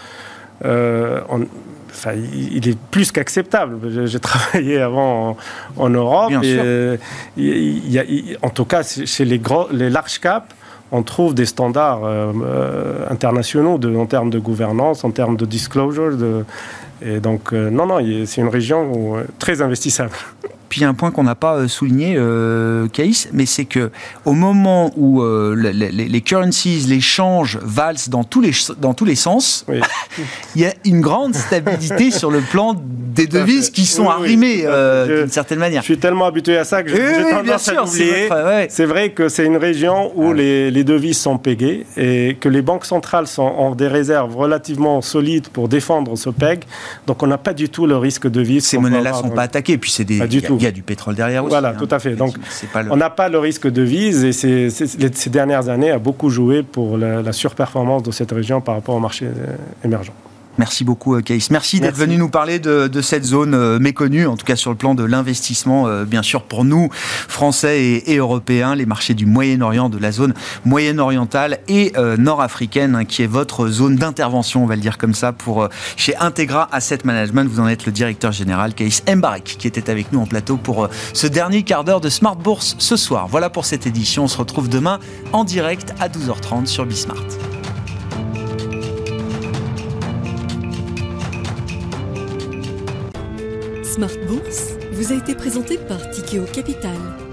il est plus qu'acceptable. J'ai travaillé avant en Europe. Bien sûr. En tout cas, chez les large caps, on trouve des standards internationaux en termes de gouvernance, en termes de disclosure. Et donc, c'est une région très investissable. Puis il y a un point qu'on n'a pas souligné, Caïs, mais c'est que au moment où les currencies, les changes valsent dans tous les sens, il y a une grande stabilité sur le plan des devises qui sont arrimées d'une certaine manière. Je suis tellement habitué à ça que j'ai tendance à l'oublier. C'est vrai que c'est une région où les devises sont pegées et que les banques centrales ont des réserves relativement solides pour défendre ce peg. Donc on n'a pas du tout le risque de devise. Ces monnaies-là ne sont pas attaquées, puis c'est pas du tout. Il y a du pétrole derrière aussi. Voilà, tout à fait. Donc, on n'a pas le risque de devise et ces dernières années a beaucoup joué pour la surperformance de cette région par rapport au marché émergent. Merci beaucoup, Caïs. Merci d'être venu nous parler de cette zone méconnue, en tout cas sur le plan de l'investissement, bien sûr, pour nous, Français et Européens, les marchés du Moyen-Orient, de la zone moyenne-orientale et nord-africaine, qui est votre zone d'intervention, on va le dire comme ça, chez Integra Asset Management. Vous en êtes le directeur général, Caïs Mbarek, qui était avec nous en plateau pour ce dernier quart d'heure de Smart Bourse ce soir. Voilà pour cette édition. On se retrouve demain en direct à 12h30 sur Bismart. Smart Bourse vous a été présenté par Tikeo Capital.